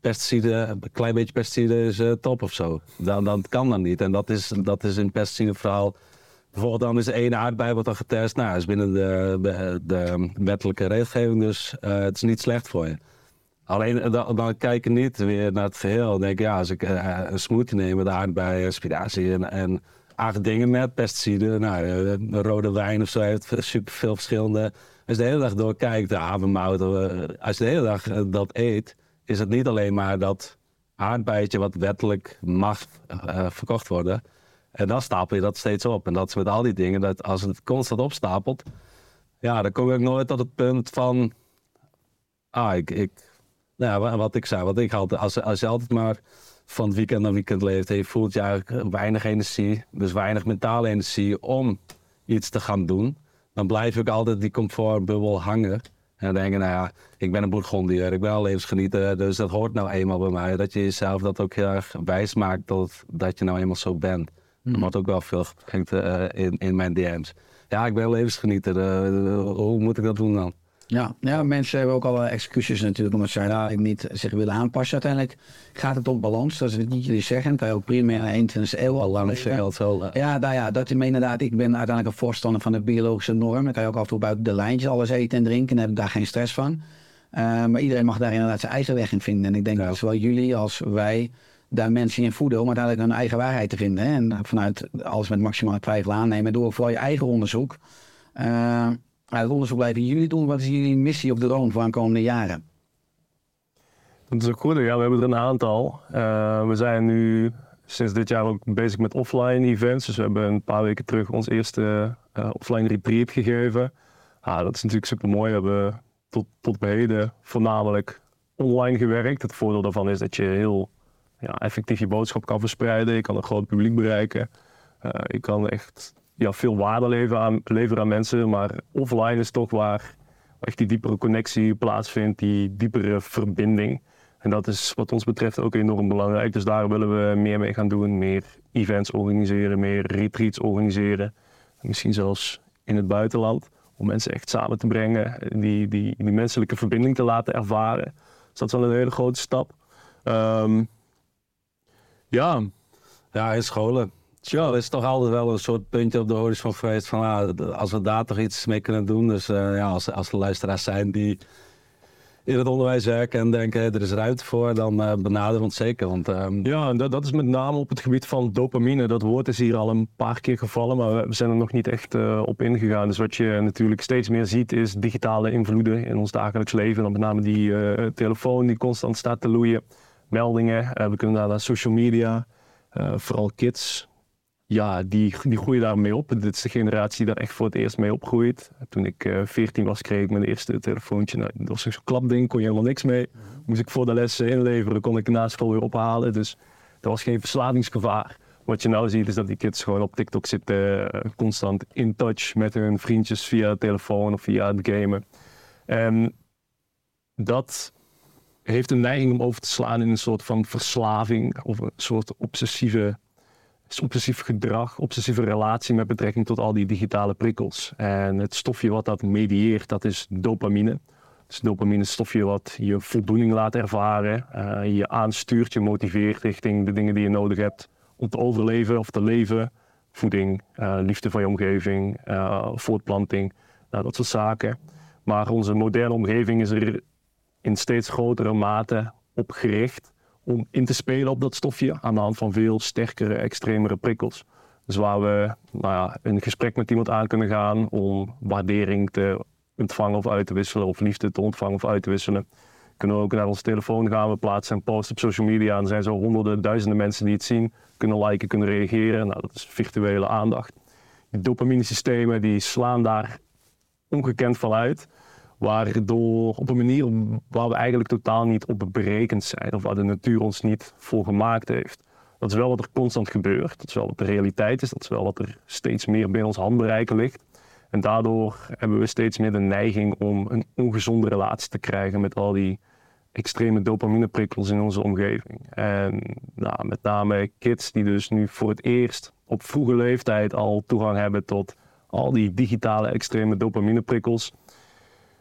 pesticiden, een klein beetje pesticiden is top of zo. Dan kan dat niet. En dat is in het pesticidenverhaal. Bijvoorbeeld dan is de ene aardbei wat dan getest. Nou, dat is binnen de wettelijke regelgeving, dus het is niet slecht voor je. Alleen dan kijk ik niet weer naar het geheel. Dan denk ik, ja, als ik een smoothie neem met aardbeien, spinazie en 8 dingen met pesticiden. Nou, rode wijn of zo heeft super veel verschillende. Als je de hele dag door kijkt, de havermout, als je de hele dag dat eet, is het niet alleen maar dat aardbeidje wat wettelijk mag verkocht worden. En dan stapel je dat steeds op. En dat is met al die dingen, dat als het constant opstapelt, ja, dan kom je ook nooit tot het punt van, wat ik zei, wat ik had, als je altijd maar van weekend naar weekend leeft en je voelt je eigenlijk weinig energie, dus weinig mentale energie om iets te gaan doen, dan blijf ik altijd die comfortbubbel hangen. En dan denk je, nou ja, ik ben een Bourgondier, ik ben een levensgenieter, dus dat hoort nou eenmaal bij mij. Dat je jezelf dat ook heel erg wijs maakt dat je nou eenmaal zo bent. Dat wordt ook wel veel gebruikt in mijn DM's. Ja, ik ben een levensgenieter, hoe moet ik dat doen dan? Ja, mensen hebben ook al excuses natuurlijk omdat zij daar niet zich willen aanpassen. Uiteindelijk gaat het om balans, dat is het niet jullie zeggen. Dat kan je ook prima in de 21e eeuw al lang zeggen. Ja, dat is inderdaad. Ik ben uiteindelijk een voorstander van de biologische norm. Dan kan je ook af en toe buiten de lijntjes alles eten en drinken en heb ik daar geen stress van. Maar iedereen mag daar inderdaad zijn eigen weg in vinden. En ik denk dat zowel jullie als wij daar mensen in voeden om uiteindelijk hun eigen waarheid te vinden. Hè? En vanuit alles met maximaal twijfel aannemen door vooral je eigen onderzoek. Het onderzoek blijven jullie doen. Wat is jullie missie op de droom voor de komende jaren? Dat is ook goed. Ja, we hebben er een aantal. We zijn nu sinds dit jaar ook bezig met offline events. Dus we hebben een paar weken terug ons eerste offline retreat gegeven. Dat is natuurlijk super mooi. We hebben tot bij heden voornamelijk online gewerkt. Het voordeel daarvan is dat je heel effectief je boodschap kan verspreiden. Je kan een groot publiek bereiken. Je kan echt veel waarde leveren aan mensen. Maar offline is toch waar echt die diepere connectie plaatsvindt. Die diepere verbinding. En dat is wat ons betreft ook enorm belangrijk. Dus daar willen we meer mee gaan doen. Meer events organiseren, meer retreats organiseren. Misschien zelfs in het buitenland. Om mensen echt samen te brengen. Die menselijke verbinding te laten ervaren. Dus dat is wel een hele grote stap. In scholen. Ja, is toch altijd wel een soort puntje op de horizon geweest van als we daar toch iets mee kunnen doen. Dus als er luisteraars zijn die in het onderwijs werken en denken er is ruimte voor, dan benaderen we ons zeker. Want, dat is met name op het gebied van dopamine. Dat woord is hier al een paar keer gevallen, maar we zijn er nog niet echt op ingegaan. Dus wat je natuurlijk steeds meer ziet is digitale invloeden in ons dagelijks leven. Dan met name die telefoon die constant staat te loeien. Meldingen, we kunnen naar social media, vooral kids. Ja, die groeien daarmee op. Dit is de generatie die daar echt voor het eerst mee opgroeit. Toen ik 14 was, kreeg ik mijn eerste telefoontje. Nou, dat was zo'n klapding, kon je helemaal niks mee. Moest ik voor de les inleveren, kon ik na school weer ophalen. Dus er was geen verslavingsgevaar. Wat je nou ziet is dat die kids gewoon op TikTok zitten, constant in touch met hun vriendjes via de telefoon of via het gamen. En dat heeft een neiging om over te slaan in een soort van verslaving of een soort obsessief gedrag, obsessieve relatie met betrekking tot al die digitale prikkels. En het stofje wat dat medieert, dat is dopamine. Dus dopamine is een stofje wat je voldoening laat ervaren, je aanstuurt, je motiveert richting de dingen die je nodig hebt om te overleven of te leven. Voeding, liefde van je omgeving, voortplanting, dat soort zaken. Maar onze moderne omgeving is er in steeds grotere mate op gericht om in te spelen op dat stofje aan de hand van veel sterkere, extremere prikkels. Dus waar we een gesprek met iemand aan kunnen gaan om waardering te ontvangen of uit te wisselen, of liefde te ontvangen of uit te wisselen. Kunnen we ook naar onze telefoon gaan, we plaatsen een post op social media en er zijn zo honderden, duizenden mensen die het zien, kunnen liken, kunnen reageren. Nou, dat is virtuele aandacht. Die dopaminesystemen die slaan daar ongekend van uit. Waardoor op een manier waar we eigenlijk totaal niet op berekend zijn of waar de natuur ons niet voor gemaakt heeft. Dat is wel wat er constant gebeurt, dat is wel wat de realiteit is, dat is wel wat er steeds meer binnen ons handbereik ligt. En daardoor hebben we steeds meer de neiging om een ongezonde relatie te krijgen met al die extreme dopamineprikkels in onze omgeving. En met name kids die dus nu voor het eerst op vroege leeftijd al toegang hebben tot al die digitale extreme dopamineprikkels.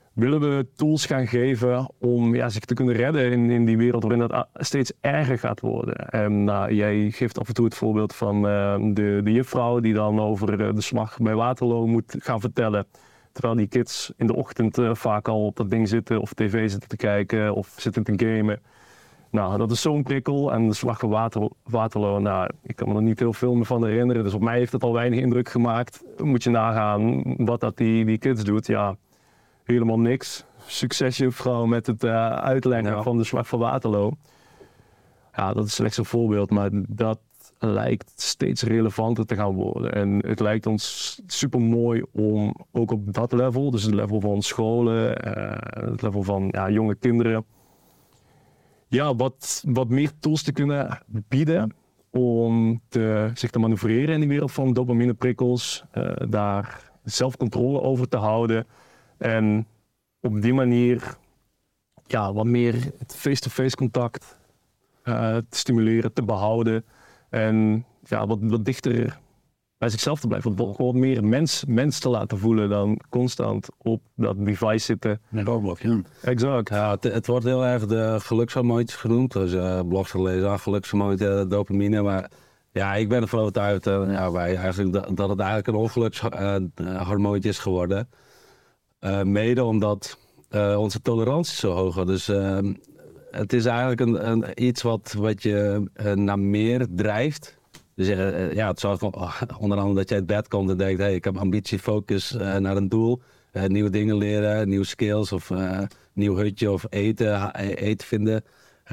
willen we tools gaan geven om zich te kunnen redden in die wereld waarin dat steeds erger gaat worden. En jij geeft af en toe het voorbeeld van de juffrouw die dan over de slag bij Waterloo moet gaan vertellen. Terwijl die kids in de ochtend vaak al op dat ding zitten of tv zitten te kijken of zitten te gamen. Nou, dat is zo'n prikkel. En de slag van Waterloo, ik kan me er niet heel veel meer van herinneren. Dus op mij heeft het al weinig indruk gemaakt. Moet je nagaan wat dat die kids doet. Ja, helemaal niks. Succesjuffrouw met het uitleggen van de slag van Waterloo. Ja, dat is slechts een voorbeeld, maar dat lijkt steeds relevanter te gaan worden. En het lijkt ons super mooi om ook op dat level, dus het level van scholen, het level van jonge kinderen, wat meer tools te kunnen bieden om zich te manoeuvreren in die wereld van dopamineprikkels, daar zelfcontrole over te houden en op die manier wat meer het face-to-face contact te stimuleren, te behouden en wat dichter bij zichzelf te blijven. Wat meer mens te laten voelen dan constant op dat device zitten. Met Roblox, ja. Exact. Ja, het wordt heel erg de gelukshormoontjes genoemd. Als je blogs gelezen, gelukshormoontje, dopamine. Maar ja, ik ben ervan overtuigd dat het eigenlijk een ongelukshormoontje is geworden. Mede omdat onze tolerantie zo hoog is. Dus het is eigenlijk iets wat je naar meer drijft. Dus het zorgt onder andere dat je uit bed komt en denkt, ik heb ambitie, focus naar een doel. Nieuwe dingen leren, nieuwe skills of nieuw hutje of eten vinden.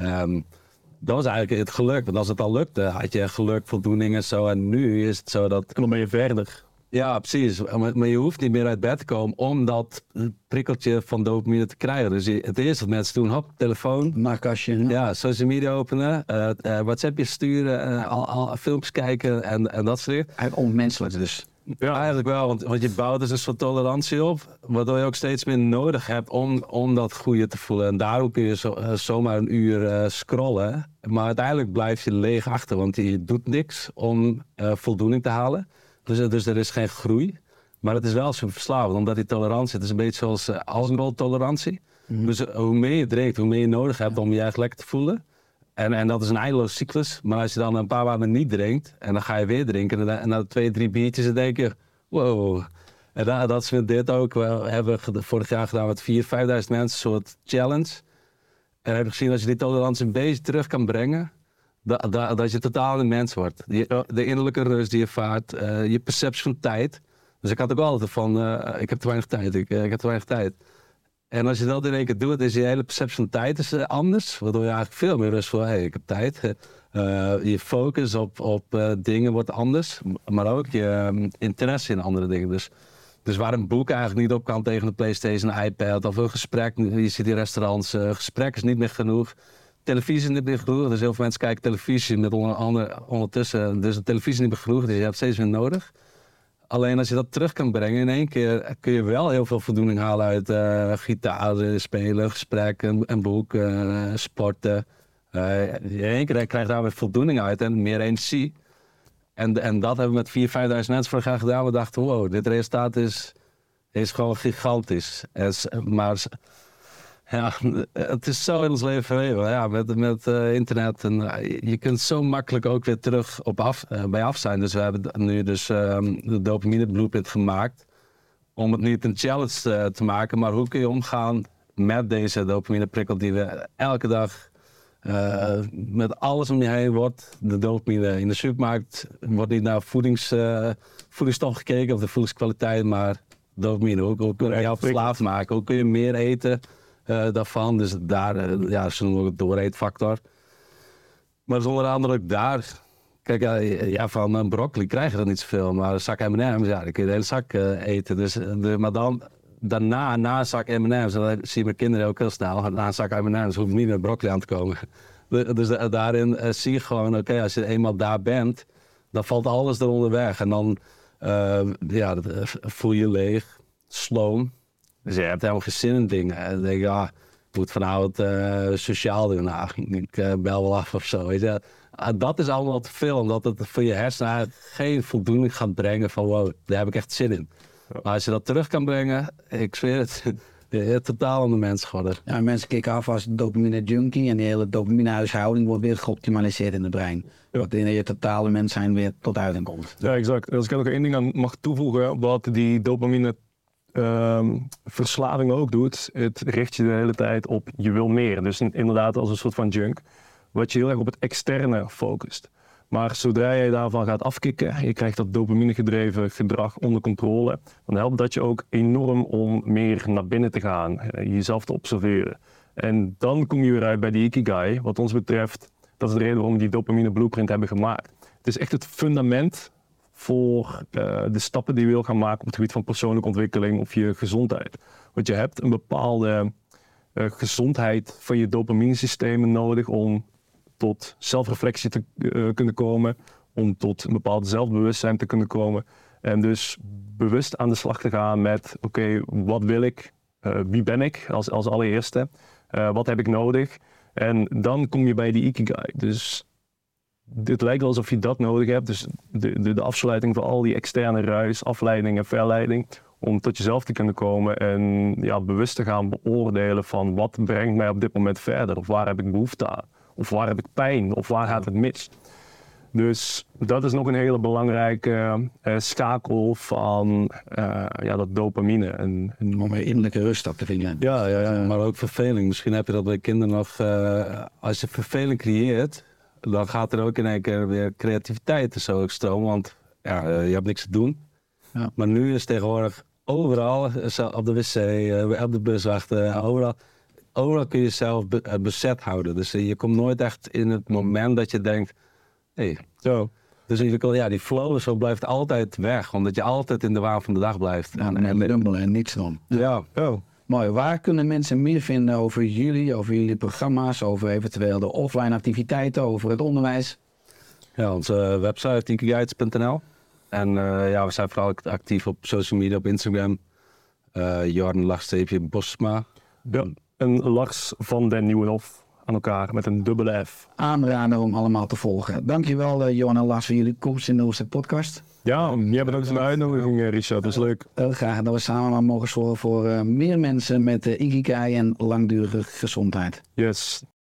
Dat was eigenlijk het geluk. Want als het al lukte, had je geluk, voldoening en zo. En nu is het zo dat... Dan ben je verder. Ja, precies. Maar je hoeft niet meer uit bed te komen om dat prikkeltje van dopamine te krijgen. Dus het eerste wat mensen doen, telefoon. Nachtkastje. Ja, social media openen, WhatsAppje sturen, al filmpjes kijken en dat soort dingen. Eigenlijk onmenselijk dus. Ja, eigenlijk wel, want je bouwt dus een soort tolerantie op, waardoor je ook steeds meer nodig hebt om dat goede te voelen. En daarom kun je zomaar een uur scrollen, maar uiteindelijk blijf je leeg achter, want je doet niks om voldoening te halen. Dus er is geen groei, maar het is wel zo verslavend, omdat die tolerantie, het is een beetje zoals alcoholtolerantie. Dus hoe meer je drinkt, hoe meer je nodig hebt om je echt lekker te voelen. En dat is een eindeloze cyclus. Maar als je dan een paar maanden niet drinkt en dan ga je weer drinken en na 2, 3 biertjes dan denk je, wow. En dat is met dit ook. We hebben vorig jaar gedaan met 4.000, 5.000 mensen, een soort challenge. En heb je gezien als je die tolerantie een beetje terug kan brengen, dat je totaal een mens wordt. De innerlijke rust die je vaart, je perceptie van tijd. Dus ik had ook altijd van, ik heb te weinig tijd, ik heb te weinig tijd. En als je dat in één keer doet, is je hele perceptie van tijd is anders. Waardoor je eigenlijk veel meer rust voor, ik heb tijd. Je focus op dingen wordt anders. Maar ook je interesse in andere dingen. Dus waar een boek eigenlijk niet op kan tegen de PlayStation, een iPad of een gesprek. Je ziet in restaurants, gesprek is niet meer genoeg. Televisie is niet meer genoeg. Dus heel veel mensen kijken televisie met ondertussen. Dus de televisie is niet meer genoeg, dus je hebt steeds meer nodig. Alleen als je dat terug kan brengen, in één keer kun je wel heel veel voldoening halen uit gitaar spelen, gesprek, een boek, sporten. In één keer krijg je daar weer voldoening uit en meer energie. En dat hebben we met 4.000, 5.000 mensen vorig jaar gedaan. We dachten, wow, dit resultaat is gewoon gigantisch. Maar ja, het is zo in ons leven verweven. Ja, met internet. En je kunt zo makkelijk ook weer terug bij af zijn. Dus we hebben nu de dopamine blueprint gemaakt. Om het niet een challenge te maken. Maar hoe kun je omgaan met deze dopamine prikkel die we elke dag met alles om je heen wordt. De dopamine in de supermarkt wordt niet naar voedingsstof gekeken of de voedingskwaliteit. Maar dopamine, hoe kun je jou verslaafd maken? Hoe kun je meer eten? Daarvan, dus daar, ze noemen we het dooreetfactor. Maar onder andere ook daar, kijk, van een broccoli krijg je dan niet zoveel, maar een zak M&M's, dan kun je de hele zak eten. Dus, maar dan, daarna, na een zak M&M's, en dat zie je mijn kinderen ook heel snel, na een zak M&M's hoef je niet met broccoli aan te komen. Dus daarin zie je gewoon, oké, als je eenmaal daar bent, dan valt alles eronder weg. En dan voel je leeg, sloom. Dus je hebt helemaal geen zin in dingen. En dan denk je, ik moet vanavond sociaal doen. Nou, ik bel wel af of zo. Weet je. Dat is allemaal te veel, omdat het voor je hersenen geen voldoening gaat brengen van wow, daar heb ik echt zin in. Ja. Maar als je dat terug kan brengen, ik zweer het, Totaal ander mens geworden. Ja, mensen kicken af als dopamine junkie en die hele dopamine huishouding wordt weer geoptimaliseerd in het brein. Ja. Wat in je totale mens zijn weer tot uiting komt. Ja, exact. Als ik er nog één ding aan mag toevoegen, wat die dopamine verslaving ook doet, het richt je de hele tijd op je wil meer. Dus inderdaad als een soort van junk, wat je heel erg op het externe focust. Maar zodra je daarvan gaat afkicken, je krijgt dat dopamine gedreven gedrag onder controle, dan helpt dat je ook enorm om meer naar binnen te gaan, jezelf te observeren. En dan kom je weer uit bij die Ikigai. Wat ons betreft, dat is de reden waarom we die dopamine blueprint hebben gemaakt. Het is echt het fundament voor de stappen die je wil gaan maken op het gebied van persoonlijke ontwikkeling of je gezondheid. Want je hebt een bepaalde gezondheid van je dopaminesystemen nodig om tot zelfreflectie te kunnen komen, om tot een bepaald zelfbewustzijn te kunnen komen. En dus bewust aan de slag te gaan met, oké, wat wil ik? Wie ben ik als allereerste? Wat heb ik nodig? En dan kom je bij die Ikigai. Dus het lijkt wel alsof je dat nodig hebt. Dus de afsluiting van al die externe ruis, afleiding en verleiding, om tot jezelf te kunnen komen en ja, bewust te gaan beoordelen van wat brengt mij op dit moment verder? Of waar heb ik behoefte aan? Of waar heb ik pijn? Of waar gaat het mis? Dus dat is nog een hele belangrijke schakel van dat dopamine. Om weer innerlijke rust op te vinden. Ja, maar ook verveling. Misschien heb je dat bij kinderen nog. Als je verveling creëert, dan gaat er ook in één keer weer creativiteit en zo stromen. Want je hebt niks te doen. Ja. Maar nu is tegenwoordig overal, op de wc, op de bus wachten, overal kun je jezelf bezet houden. Dus je komt nooit echt in het moment dat je denkt, zo. Dus die flow zo blijft altijd weg, omdat je altijd in de waan van de dag blijft. En dummelen en niets doen. Ja. Mooi. Waar kunnen mensen meer vinden over jullie programma's, over eventueel de offline activiteiten, over het onderwijs? Ja, onze website ikigai.nl. En we zijn vooral actief op social media, op Instagram. Jorn_Bosma. Ja, en Lars van den Nieuwenhof aan elkaar met een dubbele F. Aanraden om allemaal te volgen. Dankjewel Jorn en Lars voor jullie komst in de Oostek podcast. Ja, jij bent ook een uitnodiging, Richard. Dat is leuk. Heel graag dat we samen maar mogen zorgen voor meer mensen met Ikigai en langdurige gezondheid. Yes.